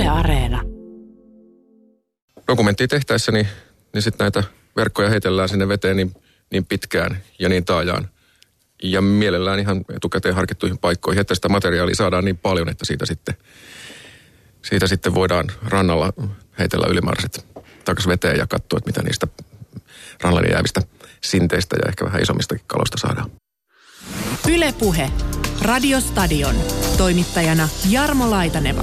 Yle Areena. Dokumenttia tehtäessä, niin sitten näitä verkkoja heitellään sinne veteen niin pitkään ja niin taajaan. Ja mielellään ihan etukäteen harkittuihin paikkoihin, että sitä materiaalia saadaan niin paljon, että siitä sitten voidaan rannalla heitellä ylimääräiset takaisin veteen ja katsoa, että mitä niistä rannalle jäävistä sinteistä ja ehkä vähän isommistakin kaloista saadaan. Yle Puhe. Radiostadion. Toimittajana Jarmo Laitaneva.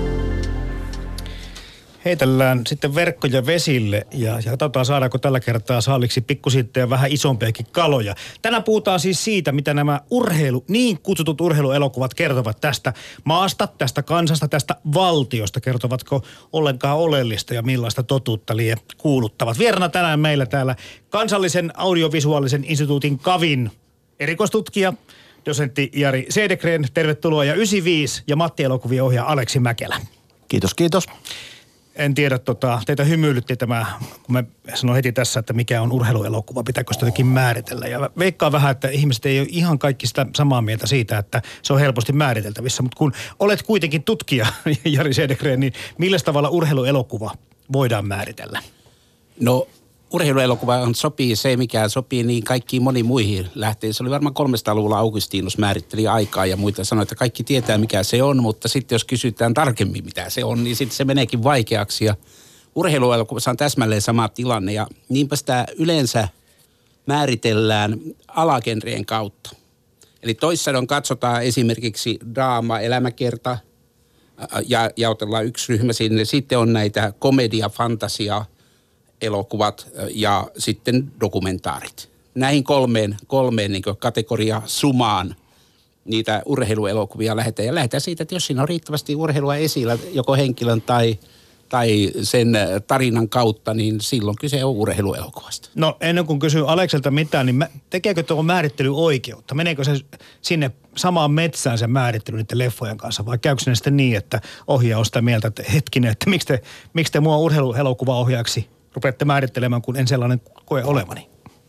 Heitellään sitten verkkoja vesille ja katsotaan saadaanko tällä kertaa saaliksi pikkusitteja vähän isompiakin kaloja. Tänään puhutaan siis siitä, mitä nämä niin kutsutut urheiluelokuvat kertovat tästä maasta, tästä kansasta, tästä valtiosta. Kertovatko ollenkaan oleellista ja millaista totuutta liian kuuluttavat. Vieraana tänään meillä täällä Kansallisen audiovisuaalisen instituutin KAVin erikoistutkija, dosentti Jari Cedergren, tervetuloa, ja 95 ja Matti-elokuvien ohjaaja Aleksi Mäkelä. Kiitos, kiitos. En tiedä, teitä hymyilytti tämä, kun mä sanoin heti tässä, että mikä on urheiluelokuva, pitääkö sitä jotenkin määritellä. Ja veikkaan vähän, että ihmiset ei ole ihan kaikki sitä samaa mieltä siitä, että se on helposti määriteltävissä. Mutta kun olet kuitenkin tutkija, Jari Cedergren, niin millä tavalla urheiluelokuva voidaan määritellä? No, urheiluelokuva sopii se, mikä sopii niin kaikkiin moniin muihin lähteisiin. Se oli varmaan 300-luvulla Augustinus määritteli aikaa ja muita, sanoi, että kaikki tietää mikä se on, mutta sitten jos kysytään tarkemmin mitä se on, niin sitten se meneekin vaikeaksi. Ja urheiluelokuvassa on täsmälleen sama tilanne ja niinpä sitä yleensä määritellään alagenrien kautta. Eli toissadoin katsotaan esimerkiksi draama, elämäkerta ja jaotellaan yksi ryhmä sinne. Sitten on näitä komedia, fantasia, elokuvat ja sitten dokumentaarit. Näihin kolmeen niin kategoria sumaan niitä urheiluelokuvia lähdetään. Ja lähdetään siitä, että jos siinä on riittävästi urheilua esillä joko henkilön tai sen tarinan kautta, niin silloin kyse on urheiluelokuvasta. No ennen kuin kysyy Alekselta mitään, niin tekeekö tuo määrittely oikeutta? Meneekö se sinne samaan metsään se määrittely niiden leffojen kanssa? Vai käykö ne sitten niin, että ohjaaja on sitä mieltä, että hetkinen, että miksi te mua urheiluelokuvaohjaajaksi rupeatte määrittelemään, kun en sellainen koe olevani?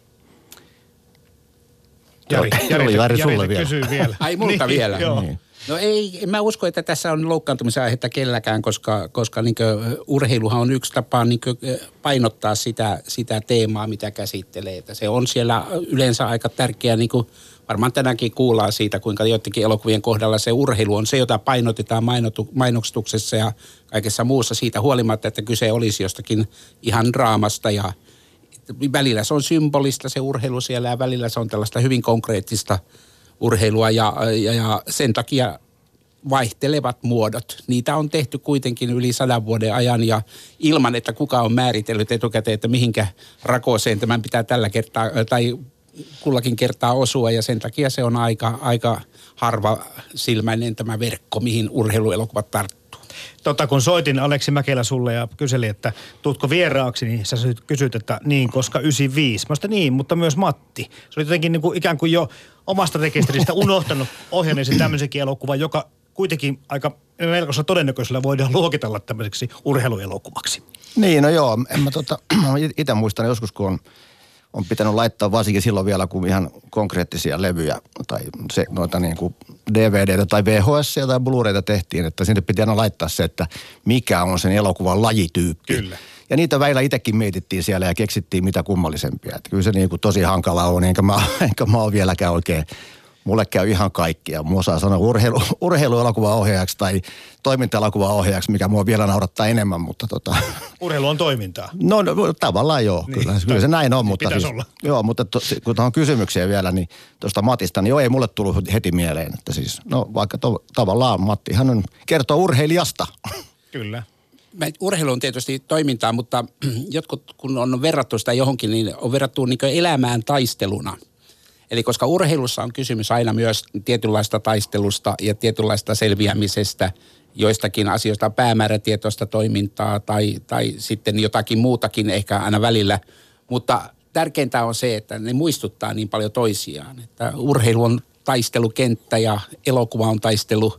Jari sulle vielä. Kysyy vielä. Ai multa niin, vielä? Joo. Niin. No en mä usko, että tässä on loukkaantumisen aihetta kelläkään, koska urheiluhan on yksi tapa painottaa sitä teemaa, mitä käsittelee. Että se on siellä yleensä aika tärkeä, varmaan tänäänkin kuullaan siitä, kuinka joidenkin elokuvien kohdalla se urheilu on se, jota painotetaan mainostuksessa ja kaikessa muussa siitä huolimatta, että kyse olisi jostakin ihan draamasta ja välillä se on symbolista se urheilu siellä ja välillä se on tällaista hyvin konkreettista urheilua ja sen takia vaihtelevat muodot. Niitä on tehty kuitenkin yli 100 vuoden ajan ja ilman, että kukaan on määritellyt etukäteen, että mihinkä rakooseen tämän pitää tällä kertaa tai kullakin kertaa osua ja sen takia se on aika harva silmäinen tämä verkko, mihin urheiluelokuvat tarttuu. Kun soitin Aleksi Mäkelä sulle ja kyselin, että tuutko vieraaksi, niin sä kysyt, että niin, koska 95. Mä sanoin, niin, mutta myös Matti. Se oli jotenkin ikään kuin jo omasta rekisteristä unohtanut ohjanneesi tämmöisenkin elokuvan, joka kuitenkin aika melkoisella todennäköisellä voidaan luokitella tämmöiseksi urheiluelokuvaksi. Niin, no joo. Mä itse muistan joskus, kun on pitänyt laittaa varsinkin silloin vielä, kun ihan konkreettisia levyjä tai noita niin kuin DVDtä tai VHS tai Blu-rayta tehtiin, että sinne piti aina laittaa se, että mikä on sen elokuvan lajityyppi. Kyllä. Ja niitä väillä itsekin mietittiin siellä ja keksittiin mitä kummallisempia. Että kyllä se niin kuin tosi hankala on, enkä mä ole vieläkään oikein. Mulle käy ihan kaikkia. Mua saa sanoa urheiluelokuvaohjaajaksi tai toiminta-elokuvaohjaajaksi, mikä mua vielä naurattaa enemmän, mutta Urheilu on toimintaa. No tavallaan joo, niin, kyllä se näin on, mutta pitäisi olla. Joo, mutta kun tuohon kysymykseen vielä, niin tuosta Matista, niin joo, ei mulle tullut heti mieleen, että siis, no vaikka tavallaan Matti, hän on kertoo urheilijasta. Kyllä. Urheilu on tietysti toimintaa, mutta jotkut kun on verrattu sitä johonkin, niin on verrattu elämään taisteluna. Eli koska urheilussa on kysymys aina myös tietynlaista taistelusta ja tietynlaista selviämisestä, joistakin asioista päämäärätietoista toimintaa tai sitten jotakin muutakin ehkä aina välillä. Mutta tärkeintä on se, että ne muistuttaa niin paljon toisiaan. Että urheilu on taistelukenttä ja elokuva on taistelu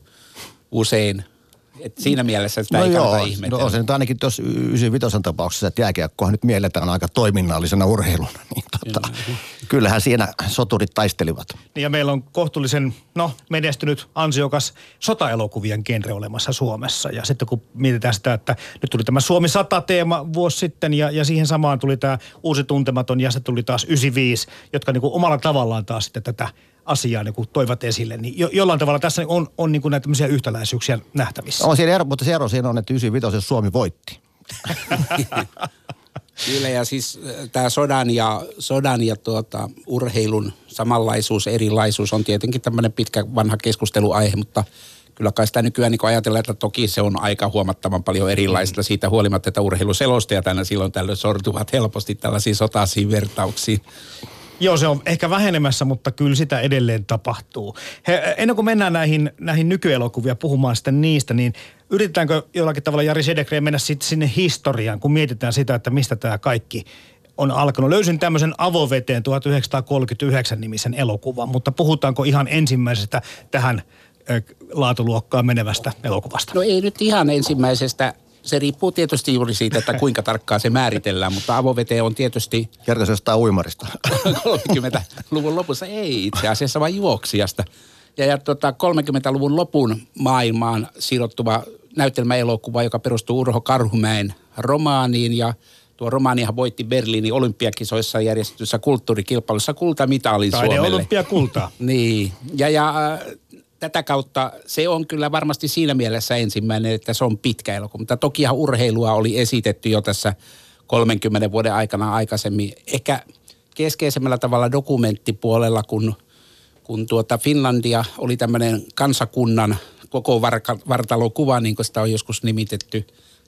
usein. Et siinä mielessä sitä ei kannata ihmetellä. No se nyt ainakin tuossa 95 tapauksessa, että jääkiekkoa nyt mielletään aika toiminnallisena urheiluna. Niin Kyllähän siinä soturit taistelivat. Ja meillä on kohtuullisen, menestynyt, ansiokas sotaelokuvien genre olemassa Suomessa. Ja sitten kun mietitään sitä, että nyt tuli tämä Suomi 100-teema vuosi sitten ja siihen samaan tuli tämä Uusi tuntematon ja se tuli taas 95, jotka niin kuin omalla tavallaan taas sitten tätä asiaa niin kuin toivat esille. Niin jollain tavalla tässä on niin kuin näitä tämmöisiä yhtäläisyyksiä nähtävissä. On siinä ero, mutta se ero siinä on, että 95 Suomi voitti. Kyllä, ja siis tämä sodan ja urheilun samanlaisuus, erilaisuus on tietenkin tämmöinen pitkä vanha keskusteluaihe, mutta kyllä kai sitä nykyään niin ajatellaan, että toki se on aika huomattavan paljon erilaista siitä huolimatta, että urheiluselostajat aina silloin tällöin sortuvat helposti tällaisiin sotaisiin vertauksiin. Joo, se on ehkä vähenemässä, mutta kyllä sitä edelleen tapahtuu. Ennen kuin mennään näihin nykyelokuviin puhumaan sitten niistä, niin yritetäänkö jollakin tavalla Jari Sedegren mennä sitten sinne historiaan, kun mietitään sitä, että mistä tämä kaikki on alkanut. Löysin tämmöisen Avoveteen 1939 nimisen elokuvan, mutta puhutaanko ihan ensimmäisestä tähän laatuluokkaan menevästä elokuvasta? No ei nyt ihan ensimmäisestä. Se riippuu tietysti juuri siitä, että kuinka tarkkaan se määritellään, mutta Avoveteen on tietysti... Kertoisi jostain uimarista. 30-luvun lopussa ei itse asiassa, vaan juoksijasta. Ja 30-luvun lopun maailmaan siirrottuva näytelmäelokuva, joka perustuu Urho Karhumäen romaaniin. Ja tuo romaanihan voitti Berliinin olympiakisoissa järjestetyssä kulttuurikilpailussa kultamitalin Suomelle. Olympiakultaa. Niin. Ja tätä kautta se on kyllä varmasti siinä mielessä ensimmäinen, että se on pitkä elokuva. Mutta tokihan urheilua oli esitetty jo tässä 30 vuoden aikana aikaisemmin. Ehkä keskeisemmällä tavalla dokumenttipuolella, kun Finlandia oli tämmöinen kansakunnan koko vartalokuva, niin kuin sitä on joskus nimitetty,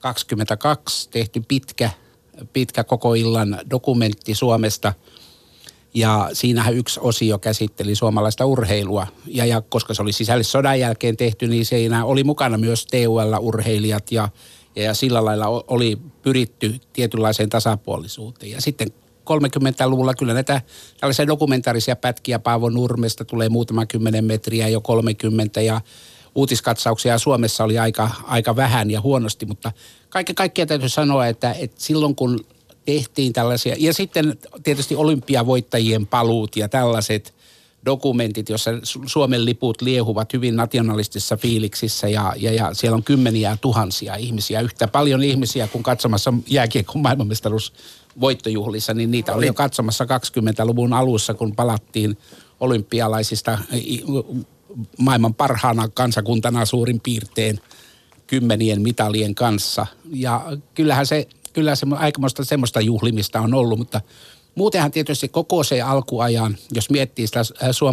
22 tehty pitkä koko illan dokumentti Suomesta. Ja siinähän yksi osio käsitteli suomalaista urheilua. Ja koska se oli sisällissodan jälkeen tehty, niin siinä oli mukana myös TUL-urheilijat ja sillä lailla oli pyritty tietynlaiseen tasapuolisuuteen. Ja sitten 30-luvulla kyllä näitä tällaisia dokumentaarisia pätkiä Paavo Nurmesta tulee muutama 10 metriä, jo 30 ja uutiskatsauksia Suomessa oli aika vähän ja huonosti, mutta kaiken kaikkiaan täytyy sanoa, että silloin kun tehtiin tällaisia, ja sitten tietysti olympiavoittajien paluut ja tällaiset dokumentit, jossa Suomen liput liehuvat hyvin nationalistisissa fiiliksissä ja siellä on kymmeniä tuhansia ihmisiä, yhtä paljon ihmisiä kuin katsomassa jääkiekon maailmanmestaruusvoittojuhlissa, niin niitä oli jo katsomassa 20-luvun alussa, kun palattiin olympialaisista maailman parhaana kansakuntana suurin piirtein 10 mitalien kanssa. Ja kyllä se aikamoista semmoista juhlimista on ollut, mutta muutenhan tietysti koko se alkuajan, jos miettii sitä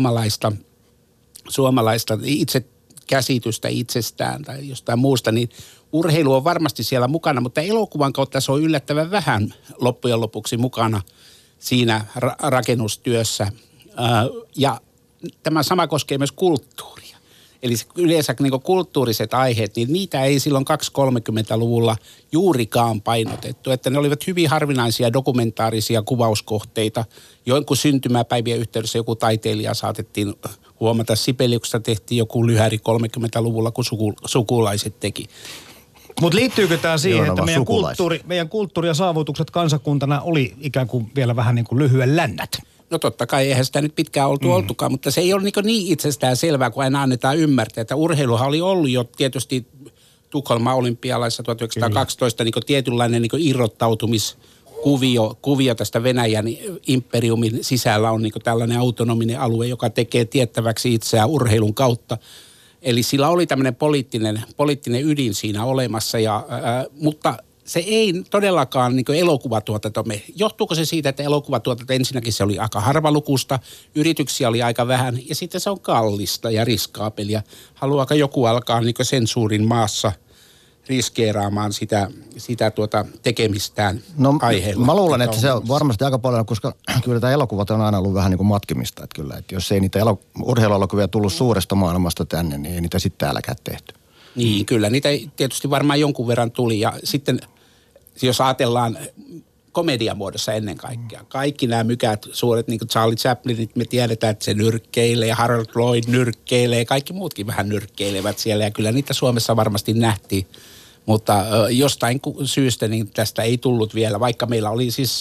suomalaista itse käsitystä itsestään tai jostain muusta, niin urheilu on varmasti siellä mukana, mutta elokuvan kautta se on yllättävän vähän loppujen lopuksi mukana siinä rakennustyössä. Ja tämä sama koskee myös kulttuuria. Eli yleensä niin kulttuuriset aiheet, niin niitä ei silloin 230-luvulla juurikaan painotettu. Että ne olivat hyvin harvinaisia dokumentaarisia kuvauskohteita. Jonkun syntymäpäivien yhteydessä joku taiteilija saatettiin huomata. Sibeliuksesta tehtiin joku lyhäri 30-luvulla, kun sukulaiset teki. Mutta liittyykö tämä siihen, että meidän kulttuuri ja saavutukset kansakuntana oli ikään kuin vielä vähän niin kuin lyhyen lännät? No totta kai, eihän sitä nyt pitkään oltukaan, mutta se ei ole niin itsestään selvää, kun aina annetaan ymmärtää, että urheiluhan oli ollut jo tietysti Tukholman olympialaisissa 1912 niin tietynlainen niin irrottautumiskuvio tästä Venäjän imperiumin sisällä on niin tällainen autonominen alue, joka tekee tiettäväksi itseään urheilun kautta. Eli sillä oli tämmöinen poliittinen ydin siinä olemassa, mutta se ei todellakaan niin elokuvatuotantomme. Johtuuko se siitä, että elokuvatuotanto ensinnäkin se oli aika harvalukuista, yrityksiä oli aika vähän ja sitten se on kallista ja riskaapelia. Haluaako joku alkaa niin sensuurin maassa riskeeraamaan sitä tekemistään aiheella? Mä luulen, että se on varmasti aika paljon, koska kyllä tämä elokuvat on aina ollut vähän niin kuin matkimista. Että kyllä, että jos ei niitä urheiluelokuvia tullut suuresta maailmasta tänne, niin ei niitä sitten täälläkään tehty. Niin, kyllä. Niitä tietysti varmaan jonkun verran tuli ja sitten jos ajatellaan komediamuodossa ennen kaikkea. Kaikki nämä mykät suuret, niin kuin Charlie Chaplinit, me tiedetään, että se nyrkkeilee ja Harold Lloyd nyrkkeilee. Kaikki muutkin vähän nyrkkeilevät siellä ja kyllä niitä Suomessa varmasti nähtiin. Mutta jostain syystä niin tästä ei tullut vielä, vaikka meillä oli siis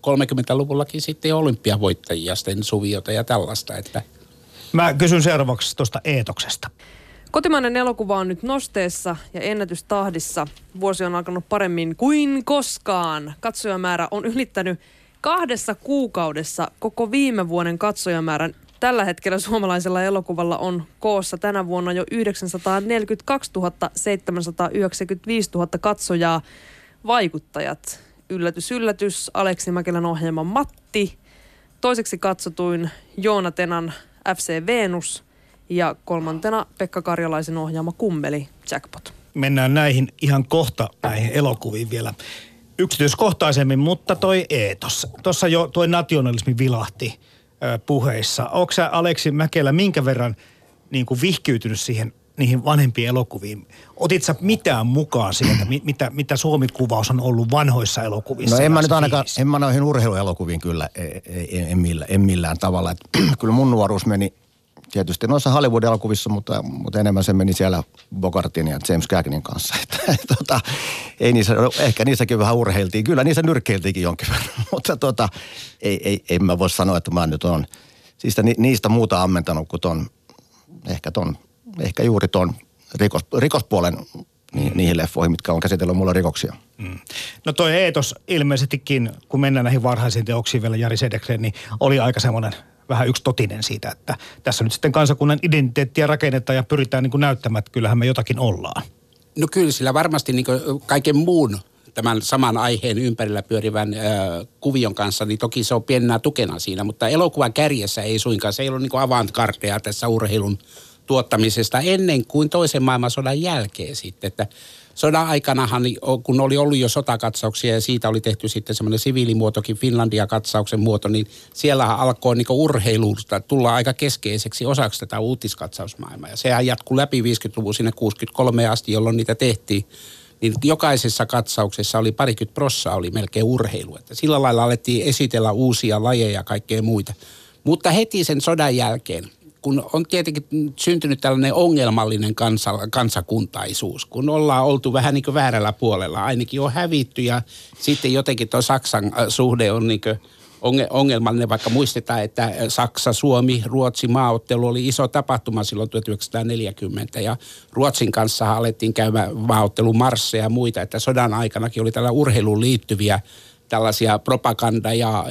30-luvullakin sitten olympiavoittajia, sitten Suviota ja tällaista. Että. Mä kysyn seuraavaksi tuosta eetoksesta. Kotimainen elokuva on nyt nosteessa ja ennätystahdissa. Vuosi on alkanut paremmin kuin koskaan. Katsojamäärä on ylittänyt 2 kuukaudessa koko viime vuoden katsojamäärän. Tällä hetkellä suomalaisella elokuvalla on koossa tänä vuonna jo 942 795 000 katsojaa. Vaikuttajat. Yllätys, yllätys. Aleksi Mäkelän ohjelma Matti. Toiseksi katsotuin Joona Tenan FC Venus. Ja 3. Pekka Karjalaisen ohjaama Kummeli Jackpot. Mennään näihin ihan kohta näihin elokuviin vielä yksityiskohtaisemmin, mutta toi eetos. Tuossa jo toi nationalismi vilahti puheissa. Ootko sä, Aleksi Mäkelä, minkä verran niin kuin vihkiytynyt niihin vanhempiin elokuviin? Otit sä mitään mukaan sieltä, mitä Suomi-kuvaus on ollut vanhoissa elokuvissa? No en mä nyt ainakaan, en mä noihin urheiluelokuviin kyllä, en millään tavalla. Et, kyllä mun nuoruus meni tietysti noissa Hollywood-elokuvissa, mutta enemmän se meni siellä Bogartin ja James Cagnin kanssa. Ei niissä, ehkä niissäkin vähän urheiltiin. Kyllä niissä nyrkkeiltiinkin jonkin verran, mutta ei mä voi sanoa, että mä nyt on siis niistä muuta ammentanut kuin ehkä juuri ton rikospuolen niihin leffoihin, mitkä on käsitellyt mulla rikoksia. No toi eetos ilmeisestikin, kun mennään näihin varhaisiin teoksiin vielä Jari Sedekseen, niin oli aika semmoinen vähän yksitotinen siitä, että tässä nyt sitten kansakunnan identiteettiä rakennetaan ja pyritään niin kuin näyttämään, että kyllähän me jotakin ollaan. No kyllä sillä varmasti niin kuin kaiken muun tämän saman aiheen ympärillä pyörivän kuvion kanssa, niin toki se on pienenä tukena siinä, mutta elokuvan kärjessä ei suinkaan, se ei ole niin kuin avantgardea tässä urheilun tuottamisesta ennen kuin toisen maailmansodan jälkeen sitten, että sodan aikanahan, kun oli ollut jo sotakatsauksia ja siitä oli tehty sitten semmoinen siviilimuotokin, Finlandia-katsauksen muoto, niin siellähän alkoi niin urheilusta tulla aika keskeiseksi osaksi tätä uutiskatsausmaailmaa. Ja sehän jatkui läpi 50-luvun sinne 63 asti, jolloin niitä tehtiin. Niin jokaisessa katsauksessa oli 20% oli melkein urheilu. Että sillä lailla alettiin esitellä uusia lajeja ja kaikkea muita. Mutta heti sen sodan jälkeen, kun on tietenkin syntynyt tällainen ongelmallinen kansakuntaisuus, kun ollaan oltu vähän niin kuin väärällä puolella, ainakin on hävitty ja sitten jotenkin tuo Saksan suhde on niin kuin ongelmallinen, vaikka muistetaan, että Saksa, Suomi, Ruotsi maaottelu oli iso tapahtuma silloin 1940 ja Ruotsin kanssa alettiin käymään maaottelun marsseja ja muita, että sodan aikanakin oli tällä urheiluun liittyviä tällaisia propaganda ja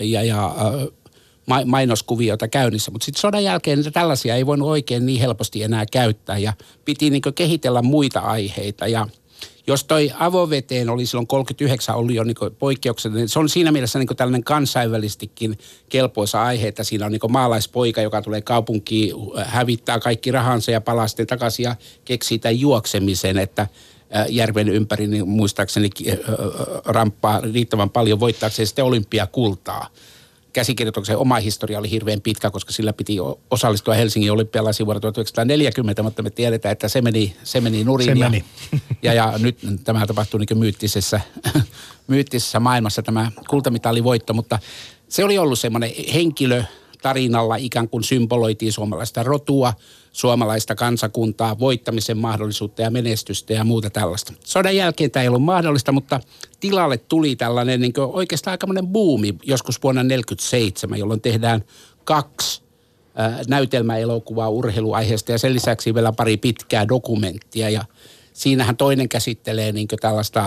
mainoskuviota käynnissä, mutta sitten sodan jälkeen tällaisia ei voinut oikein niin helposti enää käyttää ja piti niin kuin kehitellä muita aiheita ja jos toi avoveteen oli silloin 39 ollut jo niin poikkeuksellinen, se on siinä mielessä niin tällainen kansainvälistikin kelpoisa aihe, että siinä on niin maalaispoika, joka tulee kaupunkiin, hävittää kaikki rahansa ja palaa sitten takaisin ja keksii tämän juoksemisen, että järven ympäri niin muistaakseni ramppaa riittävän paljon voittaakseen sitten olympiakultaa. Käsikirjoituksen oma historia oli hirveän pitkä, koska sillä piti osallistua Helsingin olympialaisiin vuonna 1940, mutta me tiedetään, että se meni nurin. Se meni. Ja nyt tämä tapahtui niin myyttisessä maailmassa tämä kultamitalivoitto, mutta se oli ollut semmoinen henkilö tarinalla ikään kuin symboloitiin suomalaista rotua, suomalaista kansakuntaa, voittamisen mahdollisuutta ja menestystä ja muuta tällaista. Sodan jälkeen tämä ei ollut mahdollista, mutta tilalle tuli tällainen niin kuin oikeastaan aikamoinen buumi joskus vuonna 1947, jolloin tehdään 2 näytelmäelokuvaa urheiluaiheesta ja sen lisäksi vielä pari pitkää dokumenttia. Ja siinähän toinen käsittelee niin kuin tällaista,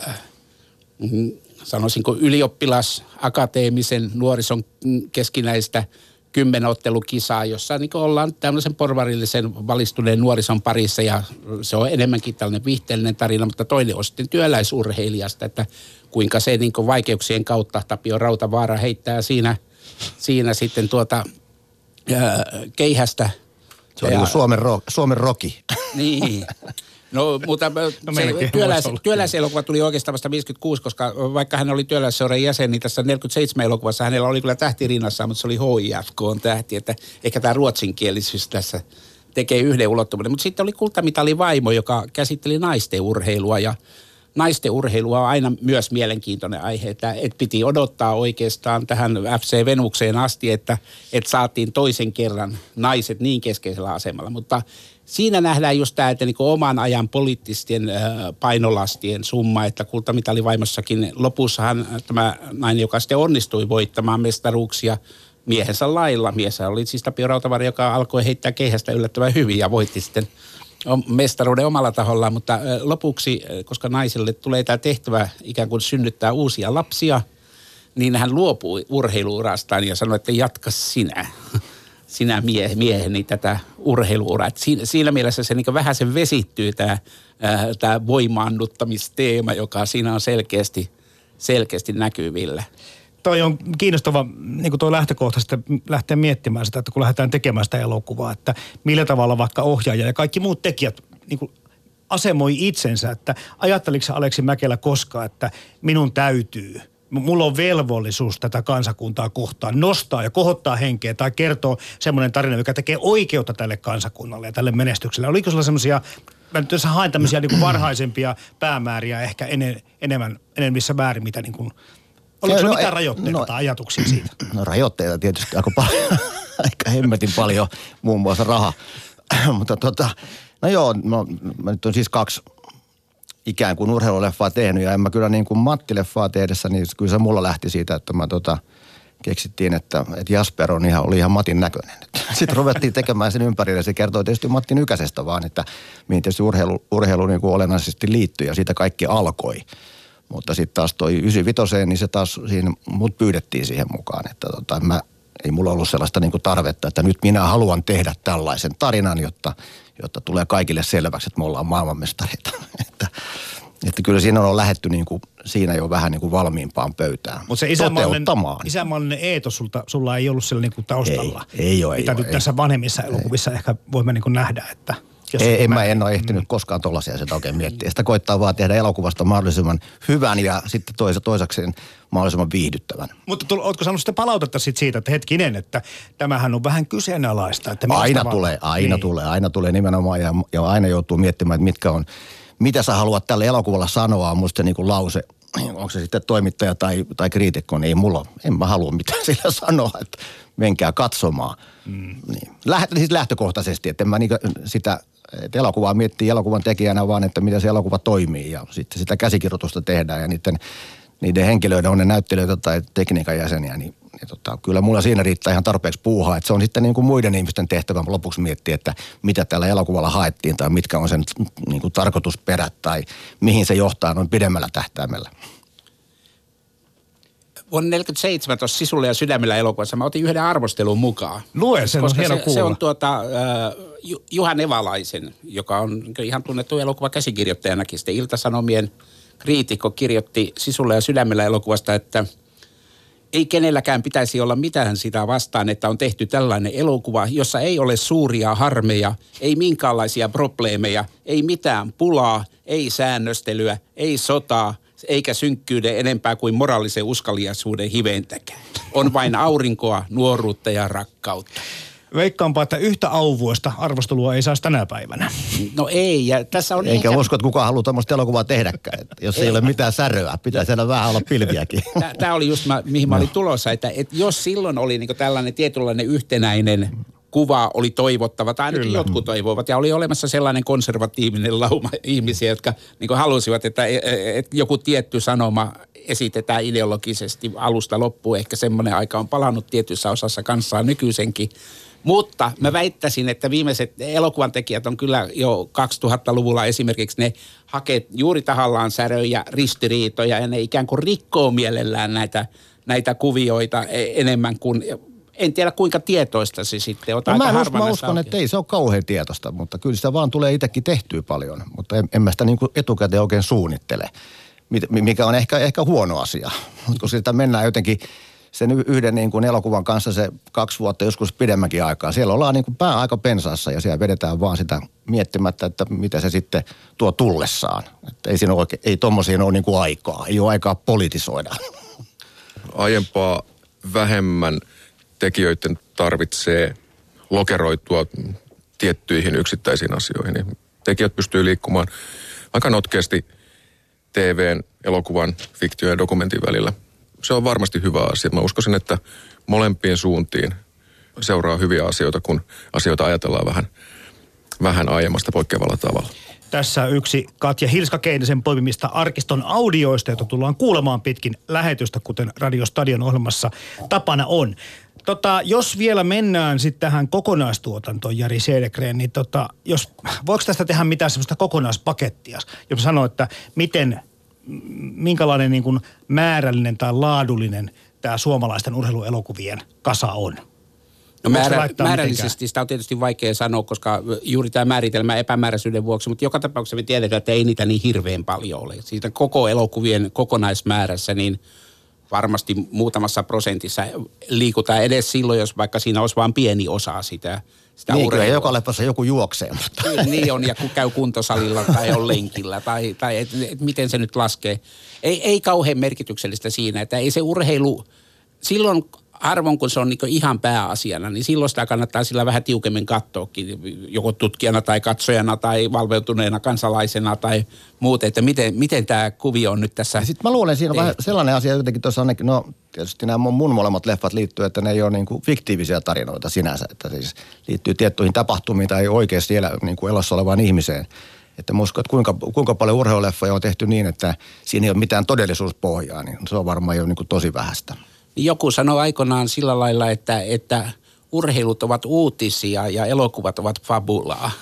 sanoisinko ylioppilas-akateemisen nuorison keskinäistä 10-ottelukisaa, jossa niin ollaan tämmöisen porvarillisen valistuneen nuorison parissa ja se on enemmänkin tällainen viihteellinen tarina, mutta toinen on sitten työläisurheilijasta, että kuinka se niin vaikeuksien kautta Tapio Rautavaara heittää siinä sitten keihästä. Se on Suomen Rocky. Niin. No, mutta se työläiselokuva tuli oikeastaan vasta 56, koska vaikka hän oli työläisseuran jäsen, niin tässä 47 elokuvassa hänellä oli kyllä tähti rinnassaan, mutta se oli HIFK on tähti, että ehkä tämä ruotsinkielisyys tässä tekee yhden ulottuvuuden. Mutta sitten oli kultamitalivaimo, joka käsitteli naisten urheilua ja naisten urheilua on aina myös mielenkiintoinen aihe, että piti odottaa oikeastaan tähän FC Venukseen asti, että saatiin toisen kerran naiset niin keskeisellä asemalla, mutta siinä nähdään just tämä, että niin kuin oman ajan poliittisten painolastien summa, että kultamitalivaimossakin lopussahan tämä nainen, joka sitten onnistui voittamaan mestaruuksia miehensä lailla. Mieshän oli siis Tapio Rautavari, joka alkoi heittää keihästä yllättävän hyvin ja voitti sitten mestaruuden omalla tahollaan, mutta lopuksi, koska naiselle tulee tämä tehtävä ikään kuin synnyttää uusia lapsia, niin hän luopui urheiluurastaan ja sanoi, että jatka sinä mieheni tätä urheiluuraa. Siinä mielessä se niin vähän sen vesittyy tämä voimaannuttamisteema, joka siinä on selkeästi näkyvillä. Toi on kiinnostava, niin kuin toi lähtökohtaisesti lähtee miettimään sitä, että kun lähdetään tekemään sitä elokuvaa, että millä tavalla vaikka ohjaaja ja kaikki muut tekijät niin kuin asemoi itsensä, että ajatteliko sä Aleksi Mäkelä koskaan, että minun täytyy, mulla on velvollisuus tätä kansakuntaa kohtaan nostaa ja kohottaa henkeä tai kertoo semmoinen tarina, joka tekee oikeutta tälle kansakunnalle ja tälle menestykselle. Oliko sulla semmoisia, mä nyt haen tämmöisiä niin kuin varhaisempia päämääriä ehkä enemmissä määrin, mitä niin kuin, oliko sulla mitään rajoitteita tai ajatuksia siitä? No rajoitteita tietysti aika paljon, aika hemmetin paljon, muun muassa raha. Mutta no joo, mä nyt on siis 2 ikään kuin urheiluleffaa tehnyt ja en mä kyllä niin kuin Matti-leffaa tehdessä, niin kyllä se mulla lähti siitä, että mä keksittiin, että Jasper oli ihan Matin näköinen. Sitten ruvettiin tekemään sen ympärille. Se kertoo tietysti Matti Nykäsestä vaan, että mihin tietysti urheilu niin kuin olennaisesti liittyy ja siitä kaikki alkoi. Mutta sitten taas toi 95, niin se taas siinä, mut pyydettiin siihen mukaan, että ei mulla ollut sellaista niin kuin tarvetta, että nyt minä haluan tehdä tällaisen tarinan, jotta tulee kaikille selväksi, että me ollaan maailmanmestareita. Että kyllä siinä on lähdetty niin kuin, siinä jo vähän niin kuin valmiimpaan pöytään. Mutta se isänmaallinen eetos sulla ei ollut siellä niin kuin taustalla. Ei ole. Mitä nyt tässä vanhemmissa elokuvissa ehkä voimme niin kuin nähdä, että... En ole ehtinyt koskaan tollaisia sitä oikein miettiä. Sitä koittaa vaan tehdä elokuvasta mahdollisimman hyvän ja sitten toisakseen mahdollisimman viihdyttävän. Mutta ootko saanut sitä palautetta siitä, että hetkinen, että tämähän on vähän kyseenalaista? Että aina tulee nimenomaan ja aina joutuu miettimään, että mitä sä haluat tälle elokuvalla sanoa, on musta niin kuin lause, onko se sitten toimittaja tai kriitikko, niin en mä halua mitään sillä sanoa, että menkää katsomaan. Niin. Siis lähtökohtaisesti, että en mä sitä että elokuvaa miettii elokuvan tekijänä vaan, että miten se elokuva toimii ja sitten sitä käsikirjoitusta tehdään ja niiden henkilöiden on ne näyttelijöitä tai tekniikan jäseniä, niin kyllä mulla siinä riittää ihan tarpeeksi puuhaa, että se on sitten niin kuin muiden ihmisten tehtävä lopuksi miettiä, että mitä tällä elokuvalla haettiin tai mitkä on sen niin kuin tarkoitusperät tai mihin se johtaa noin pidemmällä tähtäimellä. Vuonna 1947 tuossa Sisulla ja sydämellä elokuvassa mä otin yhden arvostelun mukaan. Lue, se on hieno kuulla. Se on Juha Nevalaisen, joka on ihan tunnettu elokuvakäsikirjoittajanakin. Sitten Ilta-Sanomien kriitikko kirjoitti Sisulla ja sydämellä elokuvasta, että ei kenelläkään pitäisi olla mitään sitä vastaan, että on tehty tällainen elokuva, jossa ei ole suuria harmeja, ei minkäänlaisia probleemeja, ei mitään pulaa, ei säännöstelyä, ei sotaa, eikä synkkyyden enempää kuin moraalisen uskaliaisuuden hiventäkään. On vain aurinkoa, nuoruutta ja rakkautta. Veikkaanpa, että yhtä auvuosta arvostelua ei saisi tänä päivänä. No ei, ja tässä on... Eikä usko, että kukaan haluaa tämmöistä elokuvaa tehdäkään, jos ei ole mitään säröä. Pitää siellä vähän olla pilviäkin. Tämä oli just, mihin mä olin tulossa, että jos silloin oli niinku tällainen tietynlainen yhtenäinen kuva oli toivottava, tai ainakin jotkut toivoivat, ja oli olemassa sellainen konservatiivinen lauma ihmisiä, jotka niinku halusivat, että joku tietty sanoma esitetään ideologisesti alusta loppuun. Ehkä semmoinen aika on palannut tietyssä osassa kansaa nykyisenkin. Mutta mä väittäisin, että viimeiset elokuvan tekijät on kyllä jo 2000-luvulla esimerkiksi ne hakee juuri tahallaan säröjä, ristiriitoja ja ne ikään kuin rikkoo mielellään näitä kuvioita enemmän kuin, en tiedä kuinka tietoista se sitten on. Mä uskon, että ei se ole kauhean tietoista, mutta kyllä sitä vaan tulee itsekin tehtyä paljon, mutta en mä sitä niin kuin etukäteen oikein suunnittele, mikä on ehkä huono asia, mutta kun sitä mennään jotenkin sen yhden niin kuin elokuvan kanssa se 2 vuotta, joskus pidemmänkin aikaa. Siellä ollaan niin kuin pää aika pensaassa ja siellä vedetään vaan sitä miettimättä, että mitä se sitten tuo tullessaan. Että ei tommosiin ole niin kuin aikaa, ei ole aikaa politisoida. Aiempaa vähemmän tekijöiden tarvitsee lokeroitua tiettyihin yksittäisiin asioihin. Tekijät pystyy liikkumaan aika notkeasti TV:n, elokuvan, fiktion ja dokumentin välillä. Se on varmasti hyvä asia. Mä uskoisin, että molempiin suuntiin seuraa hyviä asioita, kun asioita ajatellaan vähän aiemmasta poikkeavalla tavalla. Tässä yksi Katja Hilska-Keinisen poimimista arkiston audioista, jota tullaan kuulemaan pitkin lähetystä, kuten Radio Stadion ohjelmassa tapana on. Jos vielä mennään sitten tähän kokonaistuotantoon, Jari Cedergren, niin voiko tästä tehdä mitään semmoista kokonaispakettia? Jos sanoo, että minkälainen niin kuin määrällinen tai laadullinen tämä suomalaisten urheiluelokuvien kasa on? No määrällisesti sitä on tietysti vaikea sanoa, koska juuri tämä määritelmä epämääräisyyden vuoksi, mutta joka tapauksessa me tiedetään, että ei niitä niin hirveän paljon ole. Siitä koko elokuvien kokonaismäärässä niin varmasti muutamassa prosentissa liikutaan edes silloin, jos vaikka siinä olisi vain pieni osa sitä niin, urheilua. Kyllä joka leffassa joku juoksee. Mutta. Kyllä niin on, ja kun käy kuntosalilla tai on lenkillä, tai et miten se nyt laskee. Ei kauhean merkityksellistä siinä, että ei se urheilu, silloin harvoin kun se on niin ihan pääasiana, niin silloin sitä kannattaa sillä vähän tiukemmin katsoakin, joko tutkijana tai katsojana tai valveutuneena kansalaisena tai muuten, että miten tämä kuvio on nyt tässä. Sitten mä luulen, siinä on vähän sellainen asia jotenkin tuossa ainakin, no tietysti nämä mun molemmat leffat liittyy, että ne ei ole niin kuin fiktiivisiä tarinoita sinänsä, että siis liittyy tiettyihin tapahtumiin tai oikeasti niin kuin elossa olevaan ihmiseen. Että mä uskon, että kuinka paljon urheiluleffoja on tehty niin, että siinä ei ole mitään todellisuuspohjaa, niin se on varmaan jo niin kuin tosi vähäistä. Joku sanoi aikoinaan sillä lailla, että urheilut ovat uutisia ja elokuvat ovat fabulaa.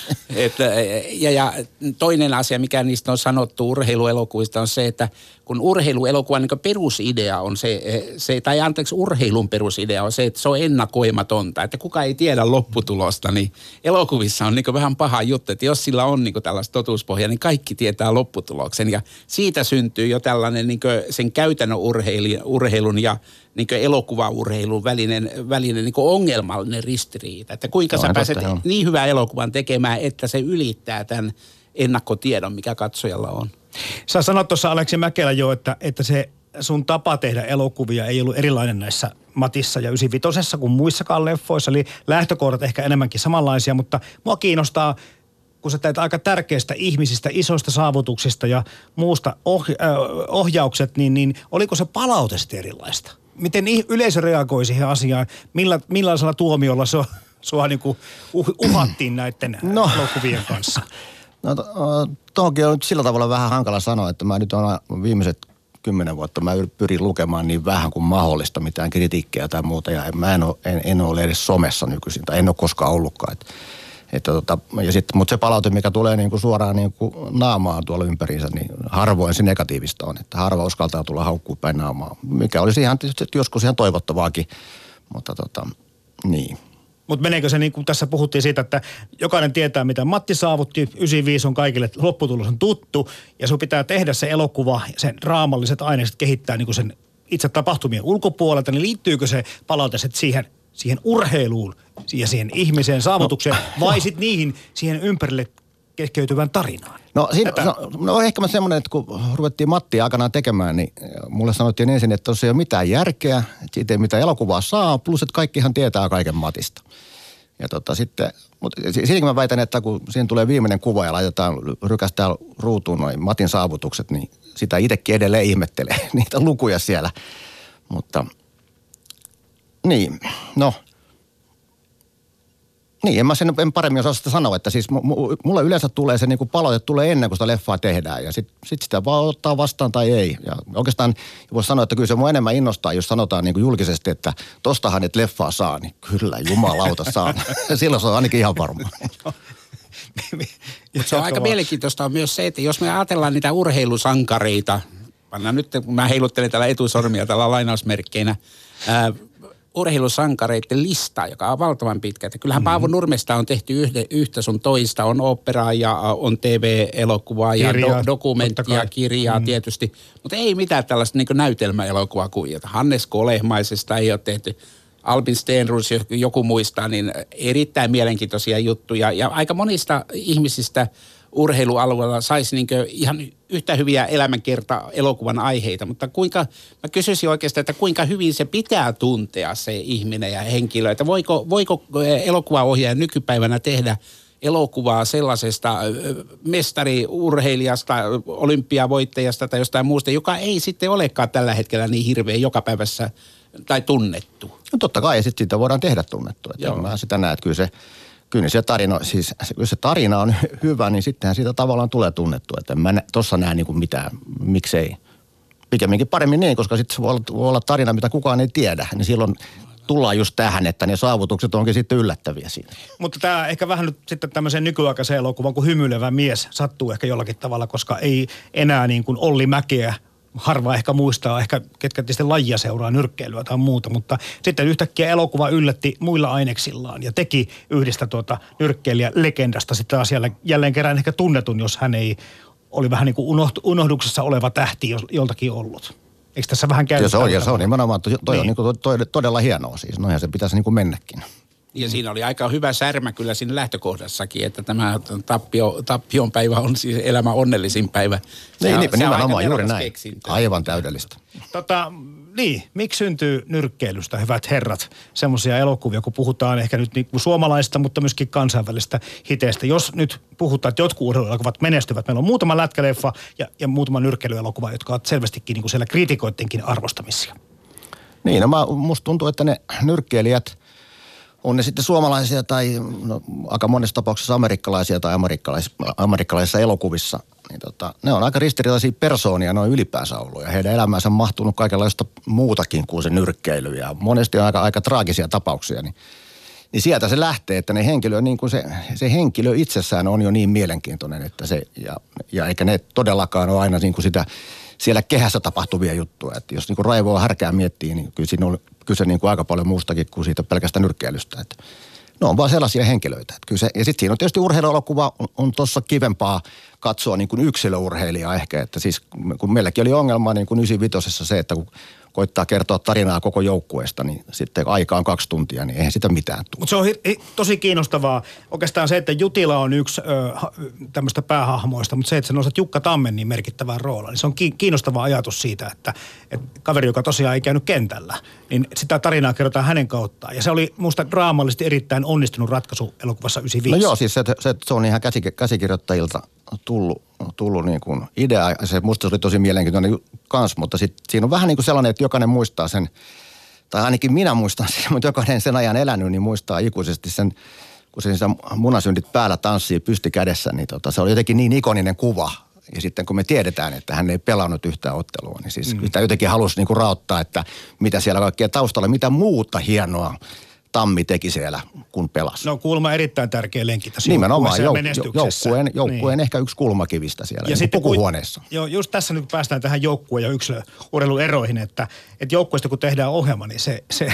ja toinen asia, mikä niistä on sanottu urheiluelokuvista, on se, että kun urheiluelokuvan niin perusidea on urheilun perusidea on se, että se on ennakoimatonta, että kuka ei tiedä lopputulosta, niin elokuvissa on niin vähän paha juttu, että jos sillä on niin tällaista totuuspohjaa, niin kaikki tietää lopputuloksen ja siitä syntyy jo tällainen niin sen käytännön urheilun ja niin elokuvaurheilun välinen niin ongelmallinen ristiriita, että kuinka sä pääset niin hyvän elokuvan tekemään, että se ylittää tämän ennakkotiedon, mikä katsojalla on. Sä sanoit tuossa Aleksi Mäkelä jo, että se sun tapa tehdä elokuvia ei ollut erilainen näissä Matissa ja 95 kuin muissakaan leffoissa, eli lähtökohdat ehkä enemmänkin samanlaisia, mutta mua kiinnostaa, kun sä teet aika tärkeistä ihmisistä, isoista saavutuksista ja muusta ohjaukset, niin oliko se palaute sitten erilaista? Miten yleisö reagoi siihen asiaan? Millaisella tuomiolla sua niin kuin uhattiin näiden elokuvien kanssa? No tohonkin on nyt sillä tavalla vähän hankala sanoa, että mä nyt olen viimeiset 10 vuotta mä pyrin lukemaan niin vähän kuin mahdollista mitään kritiikkiä tai muuta ja en ole edes somessa nykyisin tai en ole koskaan ollutkaan. Mutta se palaute, mikä tulee niin kuin suoraan niin kuin naamaan tuolla ympäriinsä, niin harvoin se negatiivista on, että harva uskaltaa tulla haukkuu päin naamaa, mikä olisi ihan joskus ihan toivottavaakin, mutta niin. Mutta meneekö se niin kuin tässä puhuttiin siitä, että jokainen tietää, mitä Matti saavutti, 95 on kaikille lopputulos on tuttu, ja sun pitää tehdä se elokuva, sen draamalliset aineistot kehittää niin kuin sen itse tapahtumien ulkopuolelta, niin liittyykö se palaute siihen urheiluun ja siihen ihmiseen saavutukseen, vai sitten siihen ympärille keskeytyvään tarinaan? No ehkä semmoinen, että kun ruvettiin Mattia aikanaan tekemään, niin mulle sanottiin ensin, että tuossa ei ole mitään järkeä, että siitä ei mitään elokuvaa saa, plus että kaikkihan tietää kaiken Matista. Ja mutta siinäkin mä väitän, että kun siihen tulee viimeinen kuva ja rykästään ruutuun noin Matin saavutukset, niin sitä itsekin edelleen ihmettelee niitä lukuja siellä. Mutta niin, Niin, en paremmin osaa sitä sanoa, että siis mulle yleensä tulee se niinku palaute tulee ennen kuin sitä leffaa tehdään ja sit sitä vaan ottaa vastaan tai ei. Ja oikeastaan voisi sanoa, että kyllä se mua enemmän innostaa, jos sanotaan niinku julkisesti, että tostahan et leffaa saa, niin kyllä jumalauta saa. Silloin se on ainakin ihan varma. Se on aika mielenkiintoista on myös se, että jos me ajatellaan niitä urheilusankareita, nyt kun mä heiluttelen täällä etusormia tällä lainausmerkkeinä, urheilusankareiden lista, joka on valtavan pitkä. Että kyllähän Paavo Nurmesta on tehty yhtä sun toista. On operaa ja on TV-elokuvaa ja dokumenttia, kirjaa tietysti. Mutta ei mitään tällaista niin näytelmäelokuvaa kuin Hannes Kolehmaisesta ei ole tehty. Albin Stenrus, joku muistaa, niin erittäin mielenkiintoisia juttuja. Ja aika monista ihmisistä urheilualueella saisi niin ihan yhtä hyviä elämänkerta-elokuvan aiheita, mutta mä kysyisin oikeastaan, että kuinka hyvin se pitää tuntea se ihminen ja henkilö, että voiko elokuvaohjaaja nykypäivänä tehdä elokuvaa sellaisesta mestariurheilijasta, olympiavoittajasta tai jostain muusta, joka ei sitten olekaan tällä hetkellä niin hirveän jokapäivässä tai tunnettu. No totta kai, ja sitten siitä voidaan tehdä tunnettua. Mä sitä näen, että kyllä se tarina, siis jos se tarina on hyvä, niin sittenhän siitä tavallaan tulee tunnettu. Että mä tossa näen niin kuin mitään, miksei. Pikemminkin paremmin niin, koska sitten se voi olla tarina, mitä kukaan ei tiedä. Niin silloin tullaan just tähän, että ne saavutukset onkin sitten yllättäviä siinä. Mutta tämä ehkä vähän nyt sitten tämmöiseen nykyaikaiseen elokuvaan, kun hymyilevä mies sattuu ehkä jollakin tavalla, koska ei enää niin kuin Olli Mäkeä harva ehkä muistaa, ehkä ketkä tietysti lajia seuraa, nyrkkeilyä tai muuta, mutta sitten yhtäkkiä elokuva yllätti muilla aineksillaan ja teki yhdestä nyrkkeilijä-legendasta sitten taas jälleen kerran ehkä tunnetun, jos hän ei oli vähän niin kuin unohduksessa oleva tähti joltakin ollut. Eikö tässä vähän käynyt? Se on nimenomaan, toi on niin kuin todella hienoa siis, noihän se pitäisi niin kuin mennäkin. Ja siinä oli aika hyvä särmä kyllä siinä lähtökohdassakin, että tämä tappion päivä on siis elämän onnellisin päivä. Niin, nimenomaan juuri näin. Keksintö. Aivan täydellistä. Niin, miksi syntyy nyrkkeilystä, hyvät herrat, semmoisia elokuvia, kun puhutaan ehkä nyt niin kuin suomalaisista, mutta myöskin kansainvälistä hiteistä. Jos nyt puhutaan, että jotkut urheiluelokuvat menestyvät, meillä on muutama lätkäleffa ja muutama nyrkkeilyelokuva, jotka ovat selvästikin niin kuin siellä kriitikoittenkin arvostamisia. Niin, musta tuntuu, että ne nyrkkeilijät, on ne sitten suomalaisia tai aika monessa tapauksessa amerikkalaisia tai amerikkalaisissa elokuvissa, niin ne on aika ristiriitaisia persoonia noin ylipäänsä ollut. Ja heidän elämäänsä on mahtunut kaikenlaista muutakin kuin se nyrkkeily. Ja monesti on aika traagisia tapauksia. Niin sieltä se lähtee, että ne henkilö, niin kuin se henkilö itsessään on jo niin mielenkiintoinen, että se, ja eikä ne todellakaan ole aina niin kuin sitä siellä kehässä tapahtuvia juttuja. Että jos niin kuin raivoa härkää miettii, niin kyllä siinä on kyse niin kuin aika paljon muustakin kuin siitä pelkästä nyrkkeilystä. Että ne on vaan sellaisia henkilöitä. Että kyllä se, ja sitten siinä on tietysti urheiluelokuva on tuossa kivempaa katsoa niin kuin yksilöurheilijaa ehkä. Että siis kun meilläkin oli ongelma niin kuin 95 se, että kun koittaa kertoa tarinaa koko joukkueesta, niin sitten aika on 2 tuntia, niin eihän sitä mitään tule. Mutta se on tosi kiinnostavaa. Oikeastaan se, että Jutila on yksi tämmöistä päähahmoista, mutta se, että sä nostat Jukka Tammen niin merkittävään rooliin, niin se on kiinnostava ajatus siitä, että kaveri, joka tosiaan ei käynyt kentällä, niin sitä tarinaa kerrotaan hänen kauttaan. Ja se oli musta draamallisesti erittäin onnistunut ratkaisu elokuvassa 95. No joo, siis se on ihan käsikirjoittajilta tullut niin kuin idea. Se musta oli tosi mielenkiintoinen kans, mutta siinä on vähän niin kuin sellainen, että jokainen muistaa sen, tai ainakin minä muistan sen, mutta jokainen sen ajan elänyt, niin muistaa ikuisesti sen, kun se munasyndit päällä tanssii pysti kädessä, niin se oli jotenkin niin ikoninen kuva. Ja sitten kun me tiedetään, että hän ei pelannut yhtään ottelua, niin siis sitä jotenkin halusi niin kuin raottaa, että mitä siellä kaikkea taustalla, mitä muuta hienoa Tammi teki siellä, kun pelasi. No kuulemma erittäin tärkeä lenkki tässä nimenomaan menestyksessä. Joukkueen ehkä yksi kulmakivistä siellä, ja niin pukuhuoneessa. Joo, just tässä nyt päästään tähän joukkueen ja yksilöurheilueroihin, että joukkueesta kun tehdään ohjelma, niin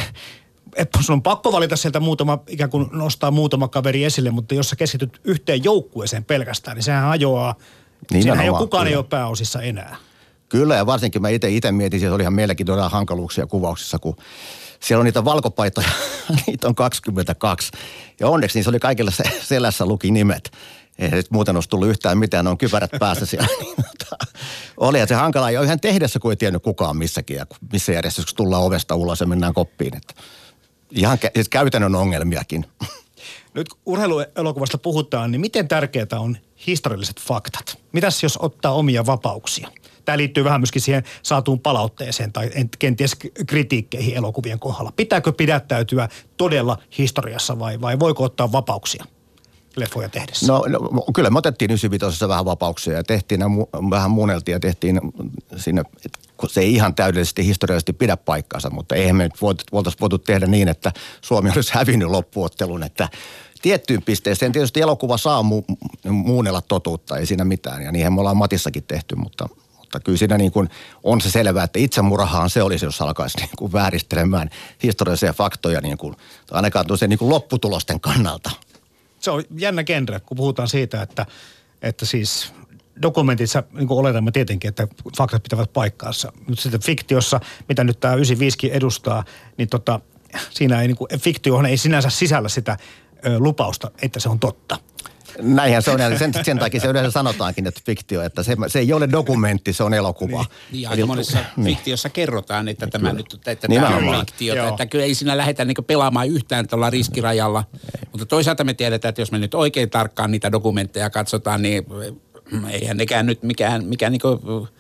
että sun on pakko valita sieltä ikään kuin nostaa muutama kaveri esille, mutta jos sä keskityt yhteen joukkueeseen pelkästään, niin sehän hajoaa. Siinähän kukaan ei ole pääosissa enää. Kyllä, ja varsinkin mä itse mietin, että olihan meilläkin todella hankaluuksia kuvauksissa, kun siellä on niitä valkopaitoja, niitä on 22. Ja onneksi niissä oli kaikilla selässä luki nimet. Ei nyt muuten olisi tullut yhtään mitään, ne on kypärät päässä siellä. Olihan se hankalaa jo ihan tehdessä, kun ei tiennyt kukaan missäkin ja missä järjestyksessä tullaan ovesta ulos ja mennään koppiin. Että ihan siis käytännön ongelmiakin. Nyt kun urheiluelokuvasta puhutaan, niin miten tärkeää on historialliset faktat? Mitäs jos ottaa omia vapauksia? Tämä liittyy vähän myöskin siihen saatuun palautteeseen tai kenties kritiikkeihin elokuvien kohdalla. Pitääkö pidättäytyä todella historiassa vai voiko ottaa vapauksia leffoja tehdessä? No kyllä me otettiin 95 vähän vapauksia ja tehtiin, vähän muunneltiin ja tehtiin sinne, se ei ihan täydellisesti historiallisesti pidä paikkaansa, mutta eihän me nyt voitaisiin voitu tehdä niin, että Suomi olisi hävinnyt loppuottelun, että tiettyyn pisteeseen tietysti elokuva saa muunnella totuutta, ei siinä mitään ja niinhän me ollaan Matissakin tehty, mutta kyllä siinä niin kuin on se selvää, että itsemurhaan se olisi, jos alkaisi niin kuin vääristelemään historiallisia faktoja niin kuin, ainakaan tosiaan niin kuin lopputulosten kannalta. Se on jännä genre, kun puhutaan siitä, että siis dokumentissa niin kuin oletamme tietenkin, että faktat pitävät paikkaansa. Mutta sitten fiktiossa, mitä nyt tämä 95 edustaa, niin siinä ei niin kuin, fiktiohan ei sinänsä sisällä sitä lupausta, että se on totta. Näinhän se on, ja sen takia se yleensä sanotaankin, että fiktio, että se ei ole dokumentti, se on elokuva. Niin, aika monessa fiktiossa kerrotaan, että tämä nyt, että tämä on fiktiota, että kyllä ei siinä lähdetä niin pelaamaan yhtään tuolla riskirajalla. Mutta toisaalta me tiedetään, että jos me nyt oikein tarkkaan niitä dokumentteja katsotaan, niin eihän nekään nyt mikään niin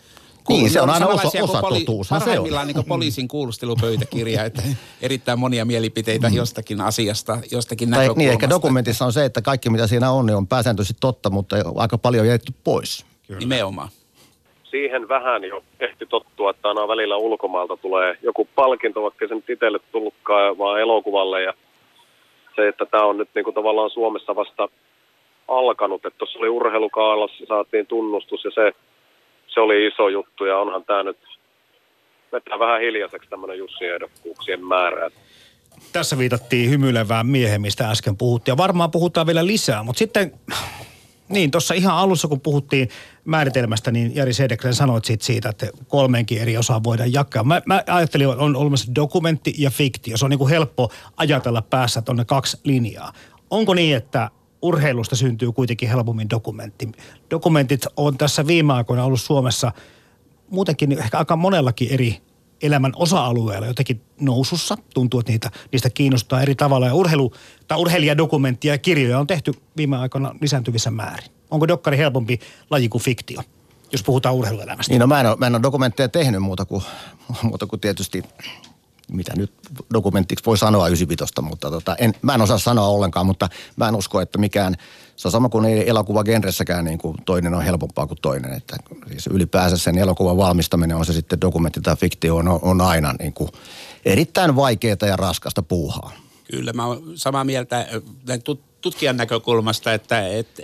Niin, se on aina osa totuushan se on. Parhaimmillaan niin kuin poliisin kuulustelupöytäkirja, että erittäin monia mielipiteitä jostakin asiasta, jostakin näkökulmasta. Niin, ehkä dokumentissa on se, että kaikki mitä siinä on, niin on pääsääntöisesti totta, mutta aika paljon on jätetty pois. Kyllä. Nimenomaan. Siihen vähän jo ehti tottua, että aina välillä ulkomaalta tulee joku palkinto, vaikka se nyt itselle tullutkaan vaan elokuvalle. Ja se, että tämä on nyt niin kuin tavallaan Suomessa vasta alkanut, että tuossa oli urheilukaalassa, saatiin tunnustus ja se oli iso juttu ja onhan tämä nyt vetää vähän hiljaiseksi tämmöinen Jussi-ehdokkuuksien määrä. Tässä viitattiin hymyilevään miehen, mistä äsken puhuttiin ja varmaan puhutaan vielä lisää, mutta sitten niin, tuossa ihan alussa, kun puhuttiin määritelmästä, niin Jari Cedergren sanoit siitä, että 3 eri osaan voidaan jakaa. Mä ajattelin, että on olemassa dokumentti ja fiktio. Se on niin kuin helppo ajatella päässä, että on ne 2 linjaa. Onko niin, että urheilusta syntyy kuitenkin helpommin dokumentti? Dokumentit on tässä viime aikoina ollut Suomessa muutenkin ehkä aika monellakin eri elämän osa-alueella jotenkin nousussa. Tuntuu, että niistä kiinnostaa eri tavalla. Ja urheilijadokumenttia ja kirjoja on tehty viime aikoina lisääntyvissä määrin. Onko dokkari helpompi laji kuin fiktio, jos puhutaan urheiluelämästä? Niin, no mä en ole dokumentteja tehnyt muuta kuin tietysti, mitä nyt dokumenttiksi voi sanoa 95, mutta mä en osaa sanoa ollenkaan, mutta mä en usko, että mikään, se on sama kuin ei elokuvagenressäkään niin kuin toinen on helpompaa kuin toinen. Että siis ylipäänsä sen elokuvan valmistaminen, on se sitten dokumentti tai fiktio, on aina niin kuin erittäin vaikeaa ja raskasta puuhaa. Kyllä, mä oon samaa mieltä tutkijan näkökulmasta, että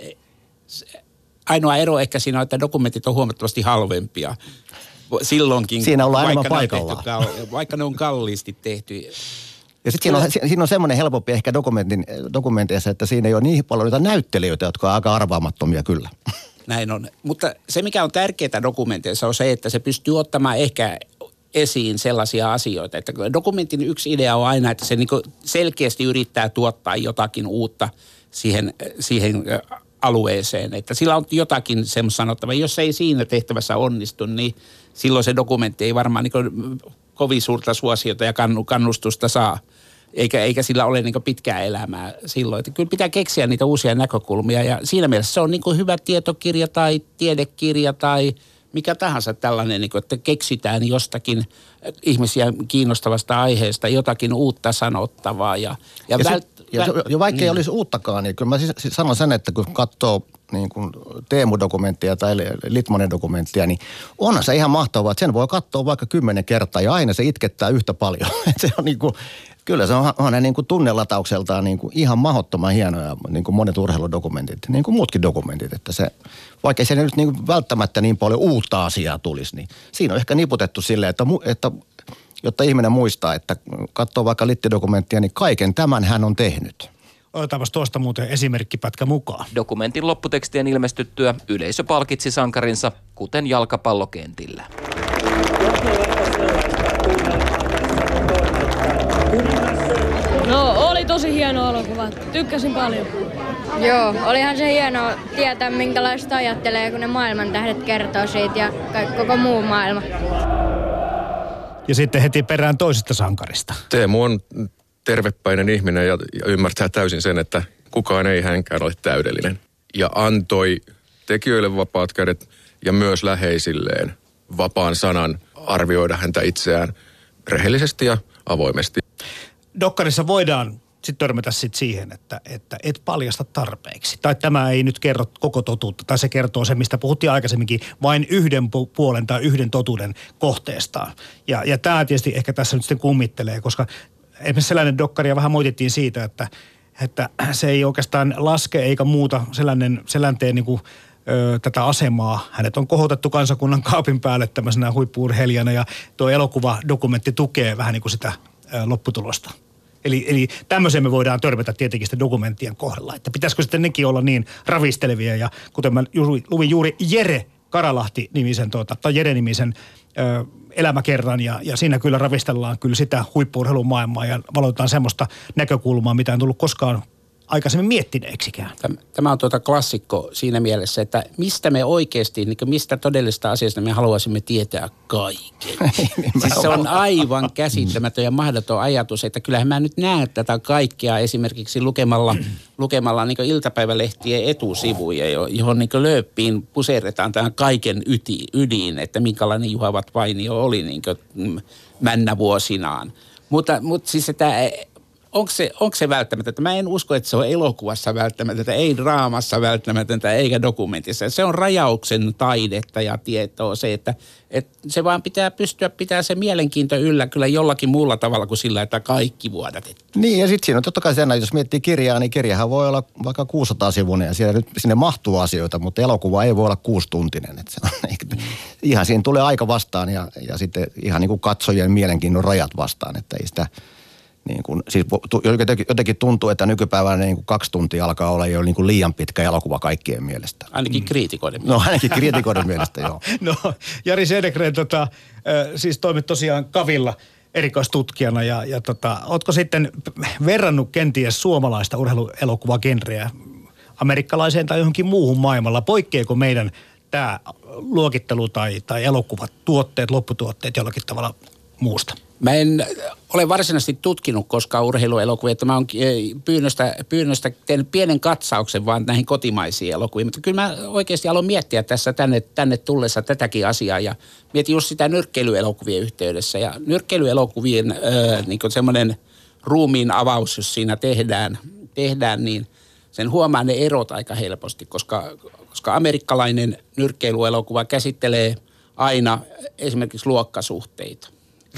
ainoa ero ehkä siinä on, että dokumentit on huomattavasti halvempia. Silloinkin, siinä ollaan enemmän paikallaan. Vaikka ne on kalliisti tehty. Ja sitten siinä on semmoinen helpompi ehkä dokumenteissa, että siinä ei ole niin paljon niitä näyttelijöitä, jotka on aika arvaamattomia kyllä. Näin on. Mutta se, mikä on tärkeää dokumenteissa, on se, että se pystyy ottamaan ehkä esiin sellaisia asioita. Että dokumentin yksi idea on aina, että se niinku selkeästi yrittää tuottaa jotakin uutta siihen alueeseen. Että sillä on jotakin semmoista sanottavaa. Jos ei siinä tehtävässä onnistu, niin silloin se dokumentti ei varmaan niin kovin suurta suosiota ja kannustusta saa. Eikä sillä ole niin pitkää elämää silloin. Että kyllä pitää keksiä niitä uusia näkökulmia ja siinä mielessä se on niin hyvä tietokirja tai tiedekirja tai mikä tahansa tällainen, niin kuin, että keksitään jostakin ihmisiä kiinnostavasta aiheesta jotakin uutta sanottavaa. Ja vaikka ei olisi uuttakaan, niin kyllä mä sanon sen, että kun katsoo niin kuin Teemu-dokumenttia tai Litmanen dokumenttia, niin onhan se ihan mahtavaa, että sen voi katsoa vaikka 10 kertaa ja aina se itkettää yhtä paljon. Se on niin kuin, kyllä se on niin kuin tunnelataukseltaan niin kuin ihan mahdottoman hienoja niin kuin monet urheiludokumentit, niin kuin muutkin dokumentit, että se, vaikka ei se nyt niin kuin välttämättä niin paljon uutta asiaa tulisi, niin siinä on ehkä niputettu silleen, että jotta ihminen muistaa, että katsoo vaikka Litti-dokumenttia, niin kaiken tämän hän on tehnyt. Otetaanpas tuosta muuten esimerkkipätkä mukaan. Dokumentin lopputekstien ilmestyttyä yleisö palkitsi sankarinsa, kuten jalkapallokentillä. No, oli tosi hieno elokuva. Tykkäsin paljon. Joo, olihan se hienoa tietää, minkälaista ajattelee, kun ne maailmantähdet kertoo siitä ja koko muu maailma. Ja sitten heti perään toisesta sankarista. Teemu on tervepäinen ihminen ja ymmärtää täysin sen, että kukaan ei hänkään ole täydellinen. Ja antoi tekijöille vapaat kädet ja myös läheisilleen vapaan sanan arvioida häntä itseään rehellisesti ja avoimesti. Dokkarissa voidaan sitten törmätä siihen, että et paljasta tarpeeksi. Tai tämä ei nyt kerro koko totuutta, tai se kertoo se, mistä puhuttiin aikaisemminkin, vain yhden puolen tai yhden totuuden kohteestaan. Ja tämä tietysti ehkä tässä nyt sitten kummittelee, koska esimerkiksi sellainen dokkaria vähän moitittiin siitä, että se ei oikeastaan laske eikä muuta sellainen niin kuin tätä asemaa. Hänet on kohotettu kansakunnan kaapin päälle tämmöisenä huippu-urheilijana ja tuo elokuvadokumentti tukee vähän niin kuin sitä lopputulosta. Eli tämmöiseen me voidaan törmätä tietenkin sitten dokumenttien kohdalla, että pitäisikö sitten nekin olla niin ravistelevia ja kuten mä luvin juuri Jere Karalahti-nimisen tai Jere-nimisen elämäkerran ja siinä kyllä ravistellaan kyllä sitä huippu-urheilun maailmaa ja valotetaan semmoista näkökulmaa, mitä en tullut koskaan aikaisemmin miettineeksikään. Tämä on klassikko siinä mielessä, että mistä me oikeasti, niin mistä todellista asiasta me haluaisimme tietää kaiken. Siis se on aivan käsittämätön ja mahdoton ajatus, että kyllähän mä nyt näen tätä kaikkea esimerkiksi lukemalla niin iltapäivälehtien etusivuja, johon niin lööppiin puserretaan tämän kaiken ydin, että minkälainen Juha Vainio oli niin männävuosinaan. Mutta siis että onko se välttämätöntä? Mä en usko, että se on elokuvassa välttämätöntä, ei draamassa välttämätöntä, eikä dokumentissa. Se on rajauksen taidetta ja tietoa se, että se vaan pitää pystyä pitää se mielenkiinto yllä kyllä jollakin muulla tavalla kuin sillä, että kaikki vuodatettu. Niin ja sitten siinä on totta kai sen, jos miettii kirjaa, niin kirjahan voi olla vaikka 600-sivuinen ja sinne mahtuu asioita, mutta elokuva ei voi olla 6-tuntinen. Että se on, ihan siinä tulee aika vastaan ja sitten ihan niin kuin katsojien mielenkiinnon rajat vastaan, että ei sitä... Niin kuin, siis jotenkin tuntuu, että nykypäivänä niin kuin 2 tuntia alkaa olla jo niin kuin liian pitkä elokuva kaikkien mielestä. Ainakin kriitikoiden mielestä. No ainakin kriitikoiden mielestä, joo. No Jari Cedergren, siis toimit tosiaan Kavilla erikoistutkijana ja ootko sitten verrannut kenties suomalaista urheiluelokuvagenreä amerikkalaiseen tai johonkin muuhun maailmalla? Poikkeako meidän tämä luokittelu tai elokuvat, tuotteet, lopputuotteet jollakin tavalla muusta? Mä en ole varsinaisesti tutkinut koskaan urheiluelokuvia, että mä oon pyynnöstä tehnyt pienen katsauksen vaan näihin kotimaisiin elokuviin. Mutta kyllä mä oikeasti aloin miettiä tässä tänne tullessa tätäkin asiaa ja mietin just sitä nyrkkeilyelokuvien yhteydessä. Ja nyrkkeilyelokuvien niin kuin semmoinen ruumiin avaus, jos siinä tehdään, niin sen huomaa ne erot aika helposti, koska amerikkalainen nyrkkeilyelokuva käsittelee aina esimerkiksi luokkasuhteita.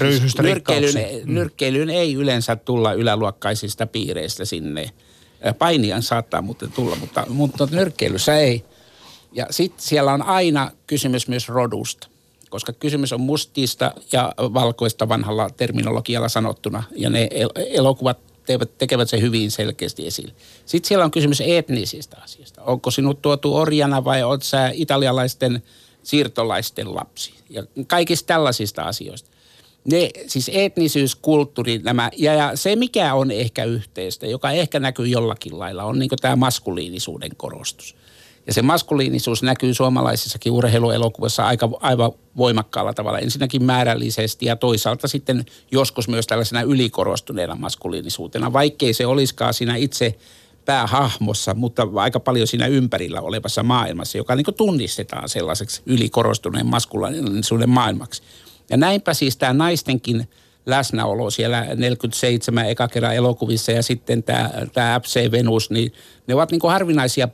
Nyrkkeilyyn ei yleensä tulla yläluokkaisista piireistä sinne. Painijan saattaa muuten tulla, mutta nyrkkeilyssä ei. Ja sitten siellä on aina kysymys myös rodusta, koska kysymys on mustista ja valkoista vanhalla terminologialla sanottuna. Ja ne elokuvat tekevät se hyvin selkeästi esille. Sitten siellä on kysymys etnisistä asioista. Onko sinut tuotu orjana vai olet sä italialaisten siirtolaisten lapsi? Ja kaikista tällaisista asioista. Ne, siis etnisyys, kulttuuri, nämä, ja se mikä on ehkä yhteistä, joka ehkä näkyy jollakin lailla, on niin kuin tämä maskuliinisuuden korostus. Ja se maskuliinisuus näkyy suomalaisissakin urheiluelokuvassa aivan voimakkaalla tavalla. Ensinnäkin määrällisesti ja toisaalta sitten joskus myös tällaisena ylikorostuneena maskuliinisuutena, vaikkei se olisikaan siinä itse päähahmossa, mutta aika paljon siinä ympärillä olevassa maailmassa, joka niin kuin tunnistetaan sellaiseksi ylikorostuneen maskuliinisuuden maailmaksi. Ja näinpä siis tämä naistenkin läsnäolo siellä 47 eka kerran elokuvissa ja sitten tämä FC Venus, niin ne ovat niin kuin harvinaisia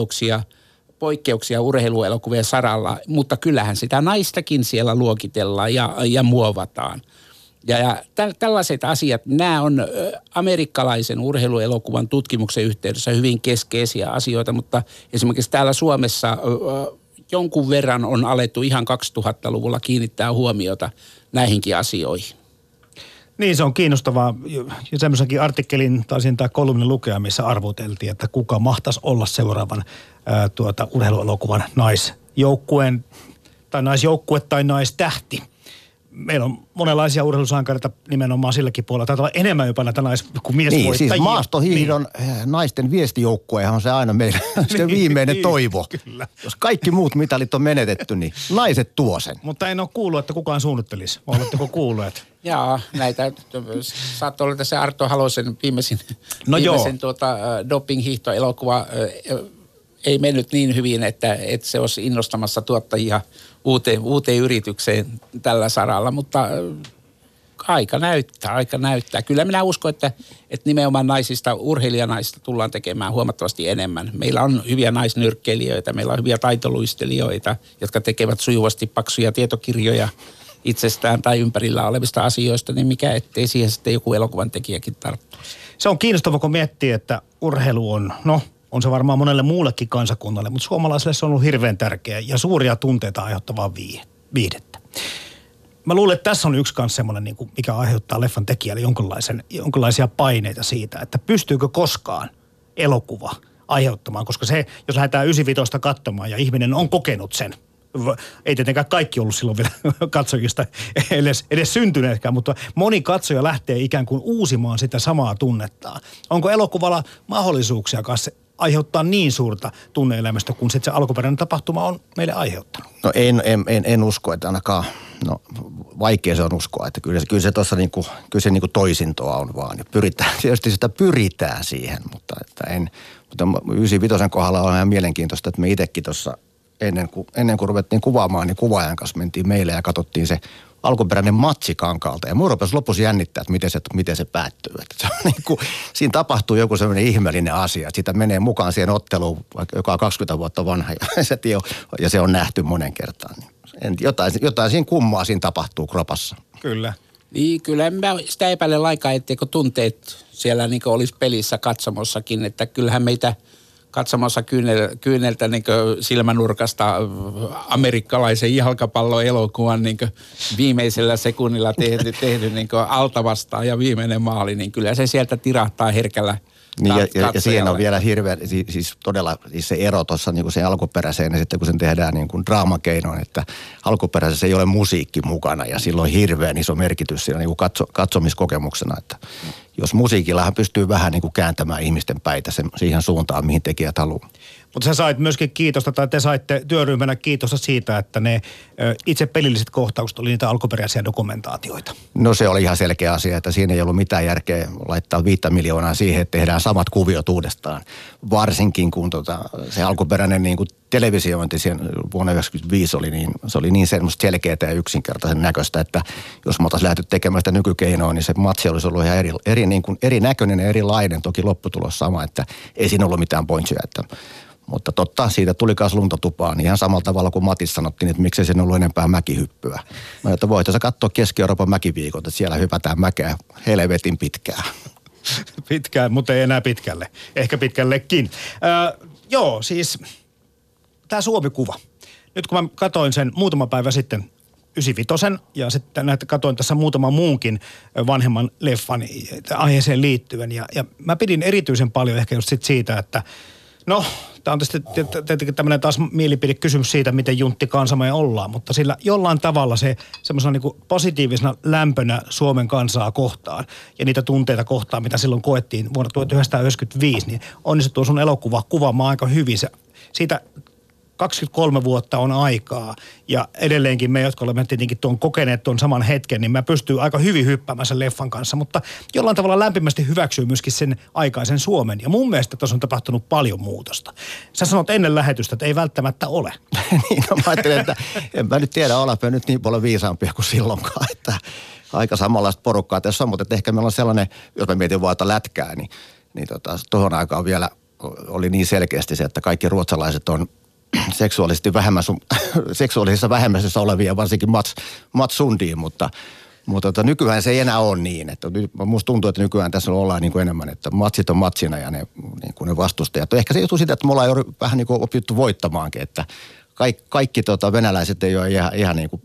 poikkeuksia urheiluelokuvien saralla, mutta kyllähän sitä naistakin siellä luokitellaan ja muovataan. Ja tällaiset asiat, nämä on amerikkalaisen urheiluelokuvan tutkimuksen yhteydessä hyvin keskeisiä asioita, mutta esimerkiksi täällä Suomessa jonkun verran on alettu ihan 2000-luvulla kiinnittää huomiota näihinkin asioihin. Niin, se on kiinnostavaa. Ja semmoisenkin artikkelin taisin tai kolumnin lukea, missä arvoteltiin, että kuka mahtaisi olla seuraavan urheiluelokuvan naisjoukkueen tai naisjoukkue tai naistähti. Meillä on monenlaisia urheilusankareita nimenomaan silläkin puolella. Taitaa olla enemmän jopa näitä kuin miesvoittajia. Niin, siis maastohiihdon naisten viestijoukkuehan on se aina meidän se viimeinen toivo. Kyllä. Jos kaikki muut mitalit on menetetty, niin naiset tuo sen. Mutta en ole kuullut, että kukaan suunnittelisi. Oletteko kuulleet? Jaa, näitä saattoi olla tässä Arto Halosen viimeisin doping-hiihtoelokuva ei mennyt niin hyvin, että se olisi innostamassa tuottajia uuteen yritykseen tällä saralla, mutta aika näyttää. Kyllä minä uskon, että nimenomaan naisista, urheilijanaisista tullaan tekemään huomattavasti enemmän. Meillä on hyviä naisnyrkkeilijöitä, meillä on hyviä taitoluistelijoita, jotka tekevät sujuvasti paksuja tietokirjoja itsestään tai ympärillä olevista asioista, niin mikä ettei siihen sitten joku elokuvan tekijäkin tarttuisi. Se on kiinnostavaa, kun miettii, että urheilu on se varmaan monelle muullekin kansakunnalle, mutta suomalaisille se on ollut hirveän tärkeä ja suuria tunteita aiheuttavaa viihdettä. Mä luulen, että tässä on yksi kanssa semmoinen, niin kuin, mikä aiheuttaa leffan tekijälle jonkinlaisia paineita siitä, että pystyykö koskaan elokuva aiheuttamaan, koska se, jos lähdetään 95 katsomaan ja ihminen on kokenut sen ei tietenkään kaikki ollut silloin vielä katsojista edes syntyneetkään, mutta moni katsoja lähtee ikään kuin uusimaan sitä samaa tunnettaan. Onko elokuvalla mahdollisuuksia kanssa aiheuttaa niin suurta tunne-elämästä, kun se alkuperäinen tapahtuma on meille aiheuttanut? No en usko, että ainakaan, no vaikea se on uskoa, että kyllä se tuossa niinku toisintoa on vaan. Tietysti sitä pyritään siihen, mutta 95 kohdalla on ihan mielenkiintoista, että me itsekin tuossa ennen kuin ruvettiin kuvaamaan, niin kuvaajan kanssa mentiin meille ja katsottiin se alkuperäinen matsi Kankaalta. Ja minun rupesi lopussa jännittää, että miten se päättyy. Että se on niin kuin, siinä tapahtuu joku sellainen ihmeellinen asia, että sitä menee mukaan siihen otteluun, joka on 20 vuotta vanha ja se on nähty monen kertaan. Jotain siinä kummaa siinä tapahtuu kropassa. Kyllä. Niin, kyllä mä sitä epäilen lainkaan, etteikö tunteet siellä niin olisi pelissä katsomossakin, että kyllähän meitä katsomassa kyyneltä niin silmänurkasta amerikkalaisen jalkapalloelokuvan niin viimeisellä sekunnilla tehty niin alta vastaan ja viimeinen maali, niin kyllä se sieltä tirahtaa herkällä. Niin ja siihen on vielä hirveä, siis todella siis se ero tuossa niin kuin se alkuperäiseen ja sitten kun sen tehdään niin kuin draamakeinoin, että alkuperäisessä ei ole musiikki mukana ja silloin hirveän iso merkitys siinä niin kuin katsomiskokemuksena, että jos musiikillahan pystyy vähän niin kuin kääntämään ihmisten päitä siihen suuntaan, mihin tekijät haluaa. Mutta sä sait myöskin kiitosta, tai te saitte työryhmänä kiitosta siitä, että ne itse pelilliset kohtaukset oli niitä alkuperäisiä dokumentaatioita. No se oli ihan selkeä asia, että siinä ei ollut mitään järkeä laittaa 5 miljoonaa siihen, että tehdään samat kuviot uudestaan. Varsinkin kun se alkuperäinen niin kuin televisiointi vuonna 1995 oli niin semmoista selkeää ja yksinkertaisen näköistä, että jos me oltaisiin lähdetty tekemään sitä nykykeinoa, niin se matsi olisi ollut ihan erinäköinen ja erilainen, toki lopputulos sama, että ei siinä ollut mitään pointsia, mutta totta, siitä tuli kanssa lunta tupaan ihan samalla tavalla kuin Matissa sanottiin, että miksei siinä ollut enempää mäkihyppyä. Mä että voitaisiin katsoa Keski-Euroopan mäkiviikot, että siellä hypätään mäkeä helvetin pitkään. Pitkään, mutta ei enää pitkälle. Ehkä pitkällekin. Joo, siis tämä Suomi-kuva. Nyt kun mä katoin sen muutama päivä sitten 95 ja sitten katoin tässä muutaman muunkin vanhemman leffan aiheeseen liittyen. Ja mä pidin erityisen paljon ehkä just siitä, että no, tämä on tietenkin tämmöinen taas mielipidekysymys siitä, miten juntti kansa me ollaan, mutta sillä jollain tavalla se semmoisena niin kuin positiivisena lämpönä Suomen kansaa kohtaan ja niitä tunteita kohtaan, mitä silloin koettiin vuonna 1995, niin onnistuu sun elokuva kuvaamaan aika hyvin. Siitä 23 vuotta on aikaa ja edelleenkin me, jotka olemme tietenkin kokeneet tuon saman hetken, niin mä pystyn aika hyvin hyppäämään sen leffan kanssa, mutta jollain tavalla lämpimästi hyväksyy myöskin sen aikaisen Suomen. Ja mun mielestä tuossa on tapahtunut paljon muutosta. Sä sanot ennen lähetystä, että ei välttämättä ole. Niin, no mä ajattelin, että en mä nyt tiedä, ollaanpa nyt niin paljon viisaampia kuin silloinkaan, että aika samanlaista porukkaa tässä on, mutta ehkä meillä on sellainen, jos mä mietin vaan lätkää, niin tuohon aikaan vielä oli niin selkeästi se, että kaikki ruotsalaiset on seksuaalisessa vähemmistössä olevia, varsinkin Mats Sundin, mutta nykyään se ei enää ole niin. Että musta tuntuu, että nykyään tässä ollaan niin kuin enemmän, että matsit on matsina ja ne vastustajat. Ehkä se johtuu siitä, että me ollaan jo vähän niin kuin opittu voittamaankin, että kaikki venäläiset ei ole ihan niin kuin,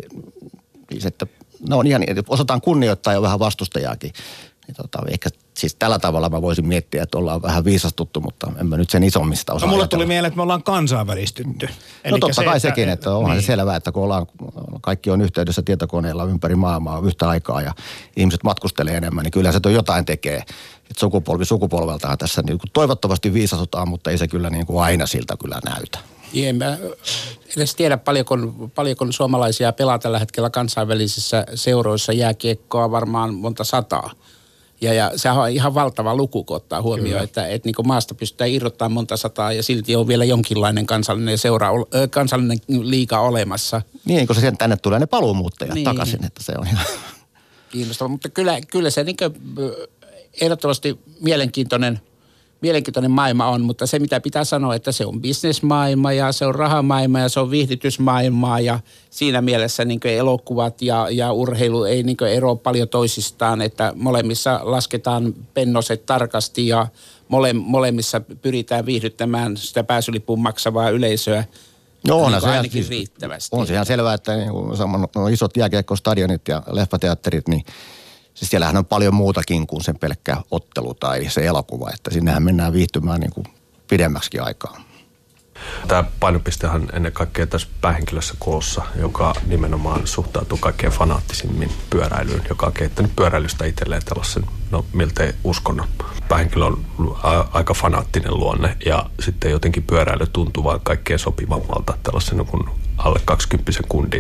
että no on ihan, osataan kunnioittaa jo vähän vastustajaakin. Ehkä siis tällä tavalla mä voisin miettiä, että ollaan vähän viisastuttu, mutta en mä nyt sen isommista osaa. No mulle tuli mieleen, että me ollaan kansainvälistytty. No totta kai sekin, että onhan se selvää, että kun kaikki on yhteydessä tietokoneella ympäri maailmaa yhtä aikaa ja ihmiset matkustelee enemmän, niin kyllä se jotain tekee. Että sukupolvi sukupolveltaan tässä niin toivottavasti viisastutaan, mutta ei se kyllä niin kuin aina siltä kyllä näytä. En mä edes tiedä paljonko suomalaisia pelaa tällä hetkellä kansainvälisissä seuroissa jääkiekkoa, varmaan monta sataa. Ja sehän on ihan valtava luku, kun ottaa huomioon, että niin kuin maasta pystytään irrottamaan monta sataa ja silti on vielä jonkinlainen kansallinen liiga olemassa. Niin, kun se tänne tulee ne paluumuuttajat takaisin, että se on ihan kiinnostavaa, mutta kyllä se niin kuin ehdottomasti mielenkiintoinen maailma on, mutta se mitä pitää sanoa, että se on bisnesmaailma ja se on rahamaailma ja se on viihdytysmaailmaa ja siinä mielessä niin kuin elokuvat ja urheilu ei niin kuin eroa paljon toisistaan, että molemmissa lasketaan pennoset tarkasti ja molemmissa pyritään viihdyttämään sitä pääsylipun maksavaa yleisöä. No onhan niin ainakin siis riittävästi. On se ihan selvää, että no isot jääkiekkostadionit ja leffateatterit, niin siis siellähän on paljon muutakin kuin sen pelkkä ottelu tai se elokuva, että sinnehän mennään viihtymään niin kuin pidemmäksikin aikaa. Tämä painopistehän ennen kaikkea tässä päähenkilössä koossa, joka nimenomaan suhtautuu kaikkein fanaattisimmin pyöräilyyn, joka on kehittänyt pyöräilystä itselleen tällaisen, miltei uskonnon. Päähenkilö on aika fanaattinen luonne ja sitten jotenkin pyöräily tuntuu vaan kaikkein sopivammalta tällaisen kuin alle 20 kundin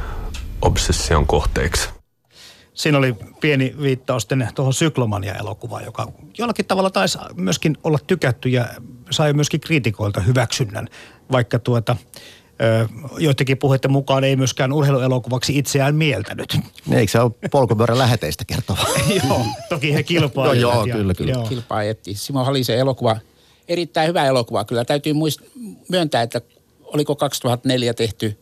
obsession kohteeksi. Siinä oli pieni viittaus tuohon Syklomania-elokuvaan, joka jollakin tavalla taisi myöskin olla tykätty ja sai myöskin kriitikoilta hyväksynnän, vaikka joidenkin puheiden mukaan ei myöskään urheiluelokuvaksi itseään mieltänyt. Eikö se ole polkupyörän läheteistä kertova? Joo, toki he kilpailivat. Joo, kyllä. Kilpailettiin. Simo Halisen elokuva, erittäin hyvä elokuva. Kyllä täytyy myöntää, että oliko 2004 tehty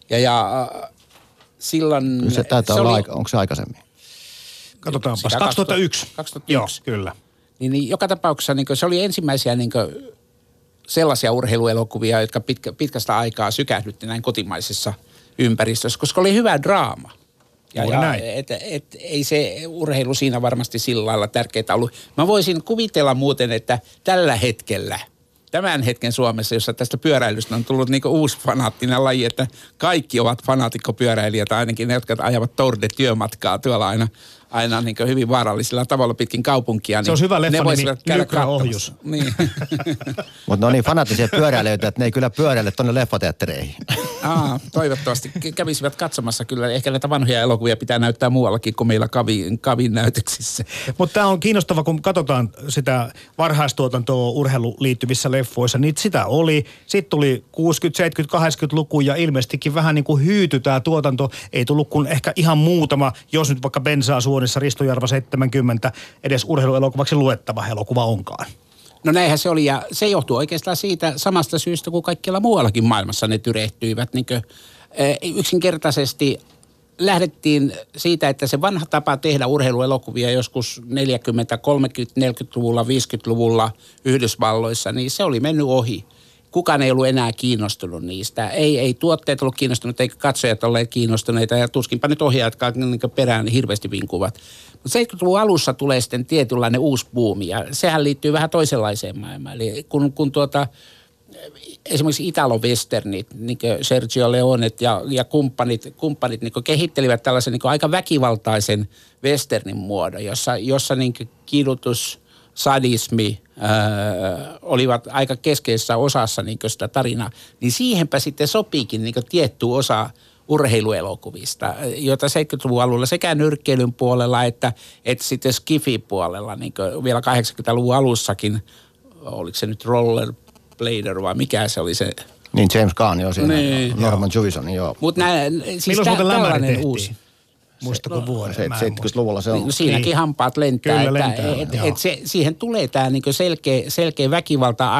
ja silloin... Kyllä se taitaa olla onko se aikaisemmin? Katsotaanpas. 2001. 2001. Joo, kyllä. Niin joka tapauksessa niin se oli ensimmäisiä sellaisia urheiluelokuvia, jotka pitkästä aikaa sykähdytti näin kotimaisessa ympäristössä, koska oli hyvä draama. Ja ei se urheilu siinä varmasti sillä lailla tärkeää ollut. Mä voisin kuvitella muuten, että tällä hetkellä, tämän hetken Suomessa, jossa tästä pyöräilystä on tullut uusi fanaattinen laji, että kaikki ovat fanaatikko-pyöräilijät, ainakin ne, jotka ajavat Tour de työmatkaa tuolla aina hyvin vaarallisilla tavalla pitkin kaupunkia. Se on hyvä leffa nimi, Lykraohjus. Niin. Mutta ne on niin fanaattisia pyöräilijöitä, että ne ei kyllä pyöräile tuonne leffateattereihin. Toivottavasti kävisivät katsomassa kyllä. Ehkä näitä vanhoja elokuvia pitää näyttää muuallakin kuin meillä kavin näytöksissä. Mutta tämä on kiinnostava, kun katsotaan sitä varhaistuotantoa urheiluun liittyvissä leffoissa. Niitä sitä oli. Sitten tuli 60-, 70-, 80-luku ja ilmeisestikin vähän niin kuin hyytyi tämä tuotanto. Ei tullut kuin ehkä ihan muutama, jos nyt vaikka Bensaa Suonissa Risto Jarva 70 edes urheiluelokuvaksi luettava elokuva onkaan. No näinhän se oli ja se johtuu oikeastaan siitä samasta syystä kuin kaikkialla muuallakin maailmassa ne tyrehtyivät. Yksinkertaisesti lähdettiin siitä, että se vanha tapa tehdä urheiluelokuvia joskus 40, 30, 40-luvulla, 50-luvulla Yhdysvalloissa, niin se oli mennyt ohi. Kukaan ei ollut enää kiinnostunut niistä. Ei tuotteet ollut kiinnostunut, eikä katsojat olleet kiinnostuneita ja tuskinpa nyt ohjaajatkaan perään hirveästi vinkuvat. Mutta 70-luvun alussa tulee sitten tietynlainen uusi buumi ja sehän liittyy vähän toisenlaiseen maailmaan. Eli kun esimerkiksi Italo-westernit, niin kuin Sergio Leonet ja kumppanit niin kehittelivät tällaisen niin aika väkivaltaisen westernin muodon, jossa niin kidutus, sadismi olivat aika keskeisessä osassa niin sitä tarinaa, niin siihenpä sitten sopiikin niin tietty osa urheiluelokuvista, joita 70-luvun alulla sekä nyrkkeilyn puolella että sitten skifi-puolella, niin vielä 80-luvun alussakin, oliko se nyt rollerblader vai mikä se oli se? Niin James Caan jo siinä, Norman Jewison, joo. Mutta siis tällainen uusi. Muistako vuoden? 70-luvulla se on. No siinäkin hampaat lentää. Kyllä lentää. Siihen tulee tämä niinku selkeä väkivalta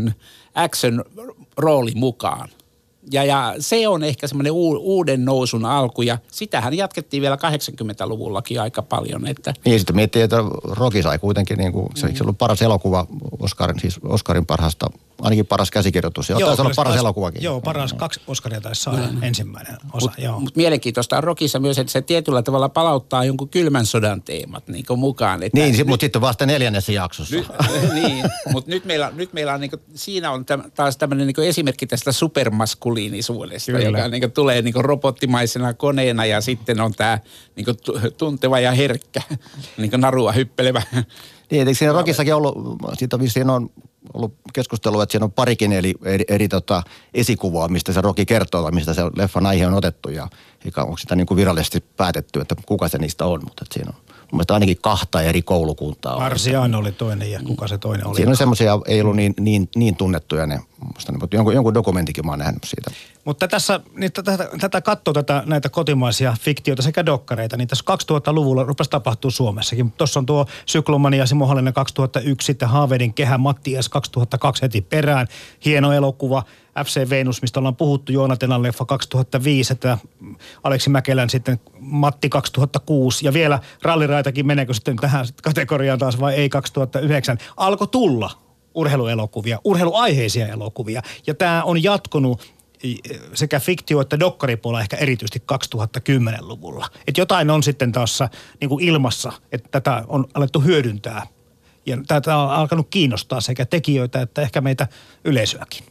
action rooli mukaan. Ja se on ehkä semmoinen uuden nousun alku ja sitähän jatkettiin vielä 80-luvullakin aika paljon. Että. Niin sitten miettii, että Rocky sai kuitenkin se ollut paras elokuva Oscarin parhaasta, ainakin paras käsikirjoitus. Ja taisi olla paras elokuvakin. Joo, paras 2 Oscaria taisi saada ensimmäinen osa. Mutta mielenkiintoista on Rockissa myös, että se tietyllä tavalla palauttaa jonkun kylmän sodan teemat niin mukaan. Että niin, mutta sitten vasta 4. jaksossa. Niin, mutta nyt meillä on niin kuin, siinä on taas tämmöinen niin esimerkki tästä supermaskuliinisuudesta, joka niin kuin, tulee niin kuin robottimaisena koneena ja sitten on tämä niin kuin, tunteva ja herkkä, niin kuin narua hyppelevä. Niin, eikö siinä Rockissakin ollut, siitä vissiin on ollut keskustelua, että siinä on parikin eri esikuvaa, mistä se Rocky kertoo, mistä se leffan aihe on otettu ja onko sitä niin kuin virallisesti päätetty, että kuka se niistä on, mutta siinä on mun mielestä ainakin 2 eri koulukuntaa. Marsiaan oli toinen ja kuka se toinen oli. Siinä on semmoisia, ei ollut niin tunnettuja ne, mutta jonkun dokumentinkin mä oon nähnyt siitä. Mutta tässä, tätä katsoo näitä kotimaisia fiktioita sekä dokkareita, niin tässä 2000-luvulla rupesi tapahtua Suomessakin. Tuossa on tuo Syklomania, Simo Halinen 2001, sitten Haavedin kehä, Matti S 2002 heti perään. Hieno elokuva, FC Venus, mistä ollaan puhuttu, Joona Tenan leffa 2005, että Aleksi Mäkelän sitten Matti 2006 ja vielä Ralliraitakin meneekö sitten tähän kategoriaan taas vai ei 2009. Alkoi tulla urheiluelokuvia, urheiluaiheisia elokuvia ja tämä on jatkunut sekä fiktio- että dokkaripuolella ehkä erityisesti 2010-luvulla. Että jotain on sitten taas niin kuin ilmassa, että tätä on alettu hyödyntää ja tätä on alkanut kiinnostaa sekä tekijöitä että ehkä meitä yleisöäkin.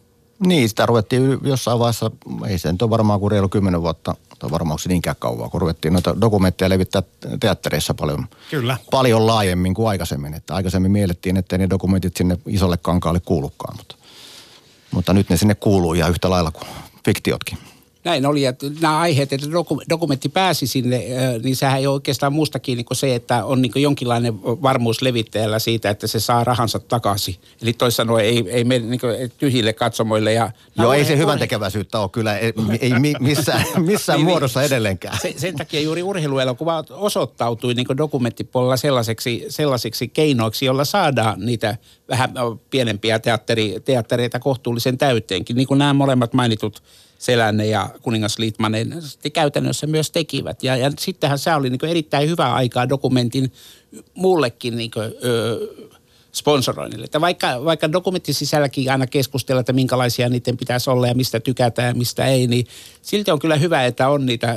Niin, sitä ruvettiin jossain vaiheessa, ei se nyt ole varmaan kuin reilu 10 vuotta, tai varmaan onko se niinkään kauan, kun ruvettiin noita dokumentteja levittää teattereissa paljon laajemmin kuin aikaisemmin. Että aikaisemmin miellettiin, ettei ne dokumentit sinne isolle kankaalle kuulukaan, mutta nyt ne sinne kuuluu ihan yhtä lailla kuin fiktiotkin. Näin oli, että nämä aiheet, että dokumentti pääsi sinne, niin sehän ei ole oikeastaan muusta kiinni kuin se, että on niin kuin jonkinlainen varmuus levittäjällä siitä, että se saa rahansa takaisin. Eli toisin sanoen ei mene niin kuin tyhjille katsomoille. Joo, ei se hyvän tekeväisyyttä ole kyllä, ei missään muodossa edelleenkään. Sen takia juuri urheiluelokuva osoittautui niin kuin dokumenttipuolella sellaisiksi keinoiksi, joilla saadaan niitä vähän pienempiä teattereita kohtuullisen täyteenkin, niin kuin nämä molemmat mainitut Selänne ja Kuningas Littmanen käytännössä myös tekivät. Ja sittenhän se oli niin erittäin hyvää aikaa dokumentin muullekin niin sponsoroinnille. Että vaikka dokumentin sisälläkin aina keskustellaan, että minkälaisia niiden pitäisi olla ja mistä tykätään ja mistä ei, niin silti on kyllä hyvä, että on niitä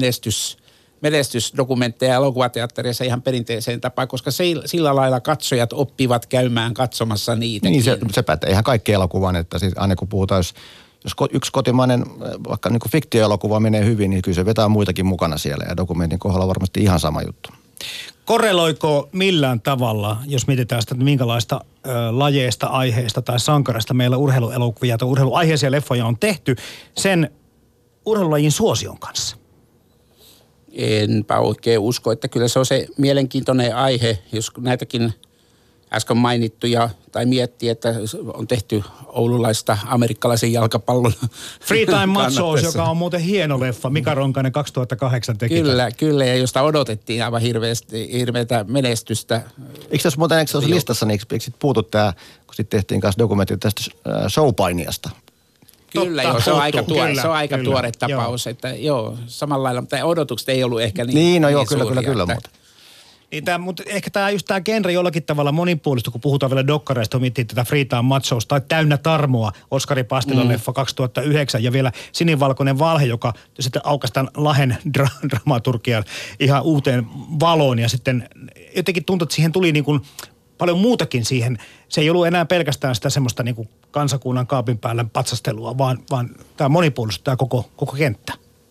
menestysdokumentteja elokuvateatterissa ihan perinteiseen tapaan, koska sillä lailla katsojat oppivat käymään katsomassa niitä. Niin se pätee ihan kaikki elokuvan, että siis aina kun puhutaan, jos yksi kotimainen, vaikka niin kuin fiktioelokuva menee hyvin, niin kyllä se vetää muitakin mukana siellä ja dokumentin kohdalla varmasti ihan sama juttu. Korreloiko millään tavalla, jos mietitään sitä, että minkälaista lajeista, aiheista tai sankarista meillä urheiluelokuvia tai urheiluaiheisia leffoja on tehty sen urheilulajin suosion kanssa? Enpä oikein usko, että kyllä se on se mielenkiintoinen aihe, jos näitäkin äsken mainittuja, tai miettii, että on tehty oululaista amerikkalaisen jalkapallon. Free Time Machos, joka on muuten hieno leffa. Mika Ronkainen 2008 teki. Kyllä, ja josta odotettiin aivan hirveätä menestystä. Eikö tässä muuten, listassa, niin eikö sitten puutu tämä, kun sitten tehtiin kanssa dokumentti tästä showpainiasta? Kyllä, joo, se on aika tuore tapaus, että joo, samalla lailla, mutta odotukset ei ollut ehkä niin kyllä muuta. Niin mutta ehkä tämä genre jollakin tavalla monipuolista, kun puhutaan vielä dokkareista, miettii tätä Free Time Machos tai Täynnä tarmoa, Oskari Pastilan leffa 2009 ja vielä Sinivalkoinen valhe, joka sitten aukaistaan Lahen dramaturgian ihan uuteen valoon ja sitten jotenkin tuntuu, että siihen tuli niin kuin paljon muutakin siihen. Se ei ollut enää pelkästään sitä semmoista niin kuin kansakunnan kaapin päällä patsastelua, vaan tämä monipuolista tämä koko kenttä.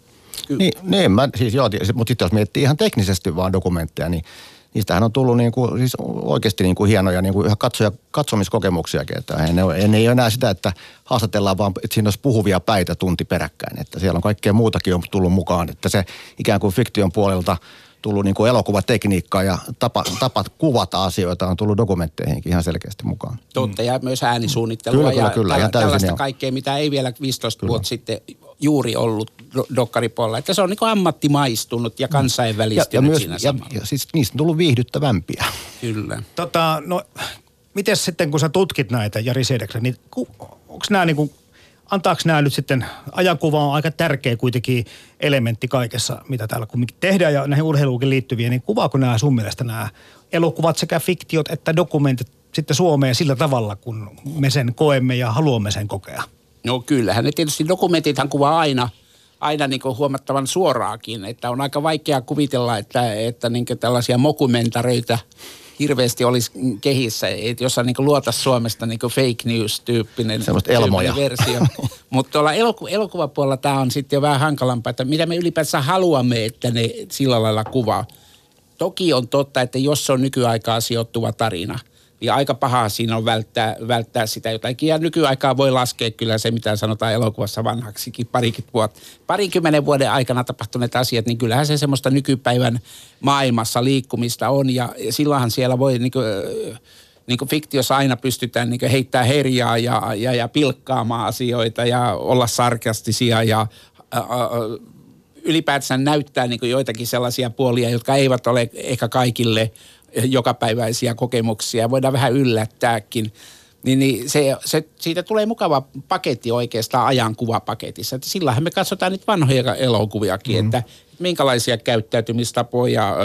Mutta sitten jos miettii ihan teknisesti vaan dokumentteja, niin niistähän on tullut siis oikeasti hienoja ihan katsomiskokemuksiakin. Että ei ole enää sitä, että haastatellaan vaan, että siinä olisi puhuvia päitä tunti peräkkäin. Että siellä on kaikkea muutakin on tullut mukaan. Että se ikään kuin fiktion puolelta tullut elokuvatekniikkaa ja tapat kuvata asioita on tullut dokumentteihinkin ihan selkeästi mukaan. Totta, ja myös äänisuunnittelua kyllä, tällaista kaikkea, mitä ei vielä 15 vuotta sitten juuri ollut dokkaripuolella. Että se on ammattimaistunut ja kansainvälistynyt siinä samalla. Ja siis niistä on tullut viihdyttävämpiä. Kyllä. Mites sitten kun sä tutkit näitä, Jari Sedeklä, niin onko nämä antaako nämä nyt sitten, ajankuva on aika tärkeä kuitenkin elementti kaikessa, mitä täällä kumminkin tehdään ja näihin urheiluukin liittyviä, niin kuvaako nämä sun mielestä nämä elokuvat sekä fiktiot että dokumentit sitten Suomeen sillä tavalla, kun me sen koemme ja haluamme sen kokea? No kyllähän ne tietysti dokumentithan kuvaa aina huomattavan suoraakin, että on aika vaikea kuvitella, että tällaisia mokumentareita hirveästi olisi kehissä, että jossa luotaisi Suomesta fake news-tyyppinen versio. Mutta tuolla elokuvapuolella tämä on sitten jo vähän hankalampaa, että mitä me ylipäänsä haluamme, että ne sillä lailla kuvaa. Toki on totta, että jos se on nykyaikaa sijoittuva tarina, niin aika pahaa siinä on välttää sitä jotakin. Ja nykyaikaa voi laskea kyllä se, mitä sanotaan elokuvassa vanhaksikin parinkymmenen vuoden aikana tapahtuneet asiat, niin kyllähän se semmoista nykypäivän maailmassa liikkumista on. Ja silloinhan siellä voi niin kuin fiktiossa aina pystytään heittämään herjaa ja pilkkaamaan asioita ja olla sarkastisia ja ylipäätään näyttää joitakin sellaisia puolia, jotka eivät ole ehkä kaikille jokapäiväisiä kokemuksia. Voidaan vähän yllättääkin. Niin siitä tulee mukava paketti oikeastaan ajankuvapaketissa. Että sillähän me katsotaan nyt vanhoja elokuviakin, että minkälaisia käyttäytymistapoja,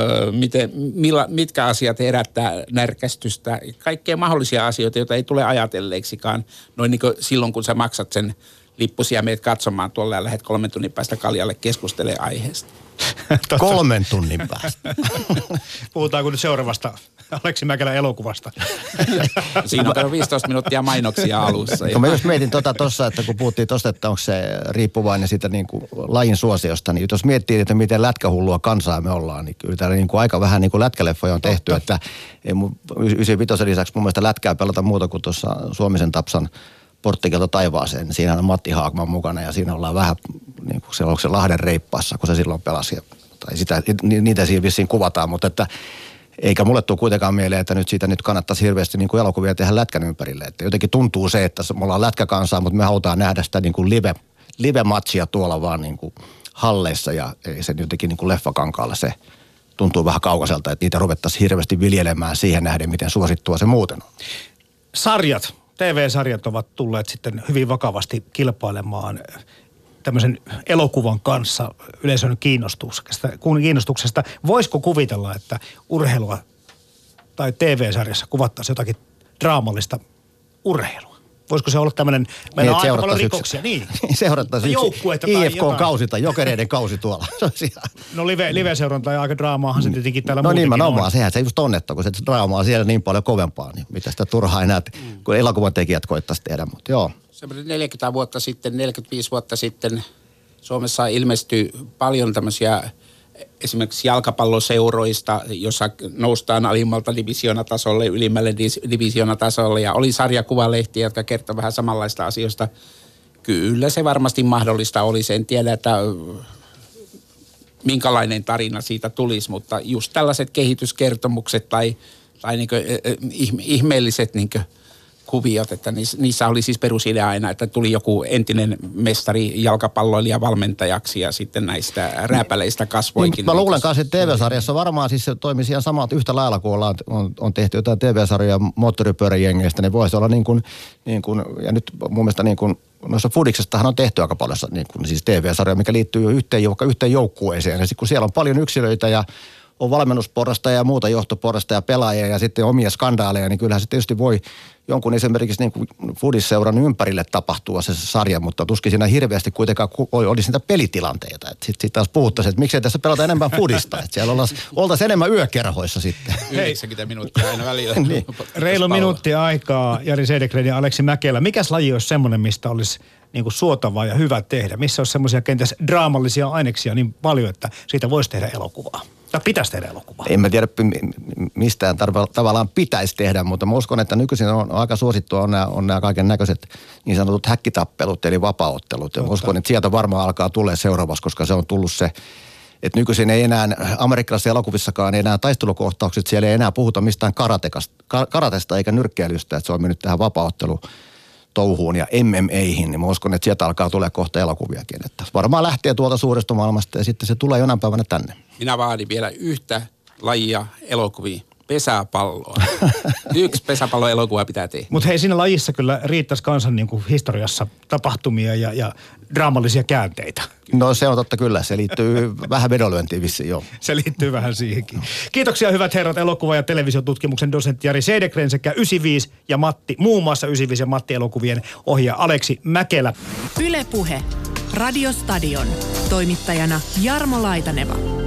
mitkä asiat herättää närkästystä. Kaikkea mahdollisia asioita, joita ei tule ajatelleeksikaan noin niin kuin silloin, kun sä maksat sen lippusi ja meet katsomaan tuolla ja lähdet 3 tunnin päästä kaljalle keskustelemaan aiheesta. 3 tunnin päästä. Puhutaanko nyt seuraavasta Aleksi Mäkelän elokuvasta? Siinä on 15 minuuttia mainoksia alussa. No mä just mietin tuossa, että kun puhuttiin tuosta, että onko se riippuvainen siitä niin kuin lajin suosiosta, niin jos miettii, että miten lätkähullua kansaa me ollaan, niin kyllä täällä niin kuin aika vähän niin kuin lätkäleffoja on tehty, että 95 lisäksi mun mielestä lätkää pelata muuta kuin tuossa Suomisen Tapsan Porttikelta taivaaseen. Siinä on Matti Haakman mukana ja siinä ollaan vähän, niin kuin onko se Lahden reippaassa, kun se silloin pelasi. Tai niitä siinä vissiin kuvataan, mutta että eikä mulle tule kuitenkaan mieleen, että nyt kannattaisi hirveästi niin kuin elokuvia tehdä lätkän ympärille. Että jotenkin tuntuu se, että me ollaan lätkäkansaa, mutta me halutaan nähdä sitä niin kuin live-matchia tuolla vaan niin kuin halleissa ja ei se jotenkin niin kuin leffakankaalla se tuntuu vähän kaukaiselta, että niitä ruvettaisiin hirveästi viljelemään siihen nähden, miten suosittua se muuten on. Sarjat, TV-sarjat ovat tulleet sitten hyvin vakavasti kilpailemaan tämmöisen elokuvan kanssa yleisön kiinnostuksesta. Voisiko kuvitella, että urheilua tai TV-sarjassa kuvattaisiin jotakin draamallista urheilua? Voisiko se olla tämmöinen, meillä on aika paljon rikoksia. Niin. Seurattaisiin IFK-kausi tai Jokereiden kausi tuolla. No live-seuranta ja aika draamaahan se tietenkin täällä no muutenkin nimenomaan, on. Sehän se just on, että kun se draamaa on siellä niin paljon kovempaa, niin mitä sitä turhaa enää, kun elokuvan tekijät koittaisi tehdä, mutta joo. Semmoinen 40 vuotta sitten, 45 vuotta sitten Suomessa ilmestyi paljon tämmöisiä esimerkiksi jalkapalloseuroista, jossa noustaan alimmalta divisioonatasolle, ylimmälle divisioonatasolle ja oli sarjakuvalehtiä, jotka kertoi vähän samanlaista asioista. Kyllä se varmasti mahdollista olisi, en tiedä, että minkälainen tarina siitä tulisi, mutta just tällaiset kehityskertomukset tai niin kuin ihmeelliset niin kuin kuviot, että niissä oli siis perusidea aina, että tuli joku entinen mestari jalkapalloilija valmentajaksi ja sitten näistä rääpäleistä kasvoikin. Mä luulen kanssa, että TV-sarjassa varmaan siis se toimisi ihan samat yhtä lailla, kun on tehty jotain TV-sarjoja moottoripyöräjengeistä, niin voisi olla niin kuin, ja nyt mun mielestä niin kuin, noissa Fudiksestahan on tehty aika paljon niin kuin, siis TV-sarjoja, mikä liittyy yhteen joukkueeseen. Ja sitten kun siellä on paljon yksilöitä ja on valmennusporrasta ja muuta johtoporrasta ja pelaajia ja sitten omia skandaaleja, niin kyllähän se tietysti voi jonkun esimerkiksi niin kuin Fudis-seuran ympärille tapahtua se sarja, mutta tuskin siinä hirveästi kuitenkaan olisi niitä pelitilanteita. Sitten taas puhuttaisiin, että miksei tässä pelata enemmän Fudista, että siellä oltaisiin enemmän yökerhoissa sitten. 90 minuuttia aina välillä. Niin. Reilu minuutti aikaa, Jari Cedergren ja Aleksi Mäkelä. Mikäs laji olisi semmoinen, mistä olisi niin kuin suotavaa ja hyvä tehdä? Missä olisi semmoisia kenties draamallisia aineksia niin paljon, että siitä voisi tehdä elokuvaa? Tai pitäisi tehdä elokuvaa? En mä tiedä, mistään tavallaan pitäisi tehdä, mutta mä uskon, että nykyisin on aika suosittua on nämä kaiken näköiset niin sanotut häkkitappelut, eli vapaaottelut. Ja mä uskon, että sieltä varmaan alkaa tulee seuraavaksi, koska se on tullut se, että nykyisin ei enää amerikkalaisissa elokuvissakaan ei enää taistelukohtaukset, siellä ei enää puhuta mistään karatesta eikä nyrkkeilystä, että se on mennyt tähän vapaaottelutouhuun ja MMAihin, niin mä uskon, että sieltä alkaa tulee kohta elokuviakin. Että varmaan lähtee tuolta suuresta maailmasta ja sitten se tulee jonain päivänä tänne. Minä vaadin vielä yhtä lajia elokuvia, pesäpalloa. Yksi pesäpalloelokuva pitää tehdä. Mutta hei, siinä lajissa kyllä riittäisi kansan niin kuin historiassa tapahtumia ja draamallisia käänteitä. No se on totta kyllä, se liittyy vähän vedonlyöntiin vissiin, joo. Se liittyy vähän siihenkin. Kiitoksia hyvät herrat, elokuva- ja televisiotutkimuksen dosentti Jari Cedergren sekä 95 ja Matti, muun muassa 95 ja Matti elokuvien ohjaaja Aleksi Mäkelä. Yle Puhe. Radiostadion. Toimittajana Jarmo Laitaneva.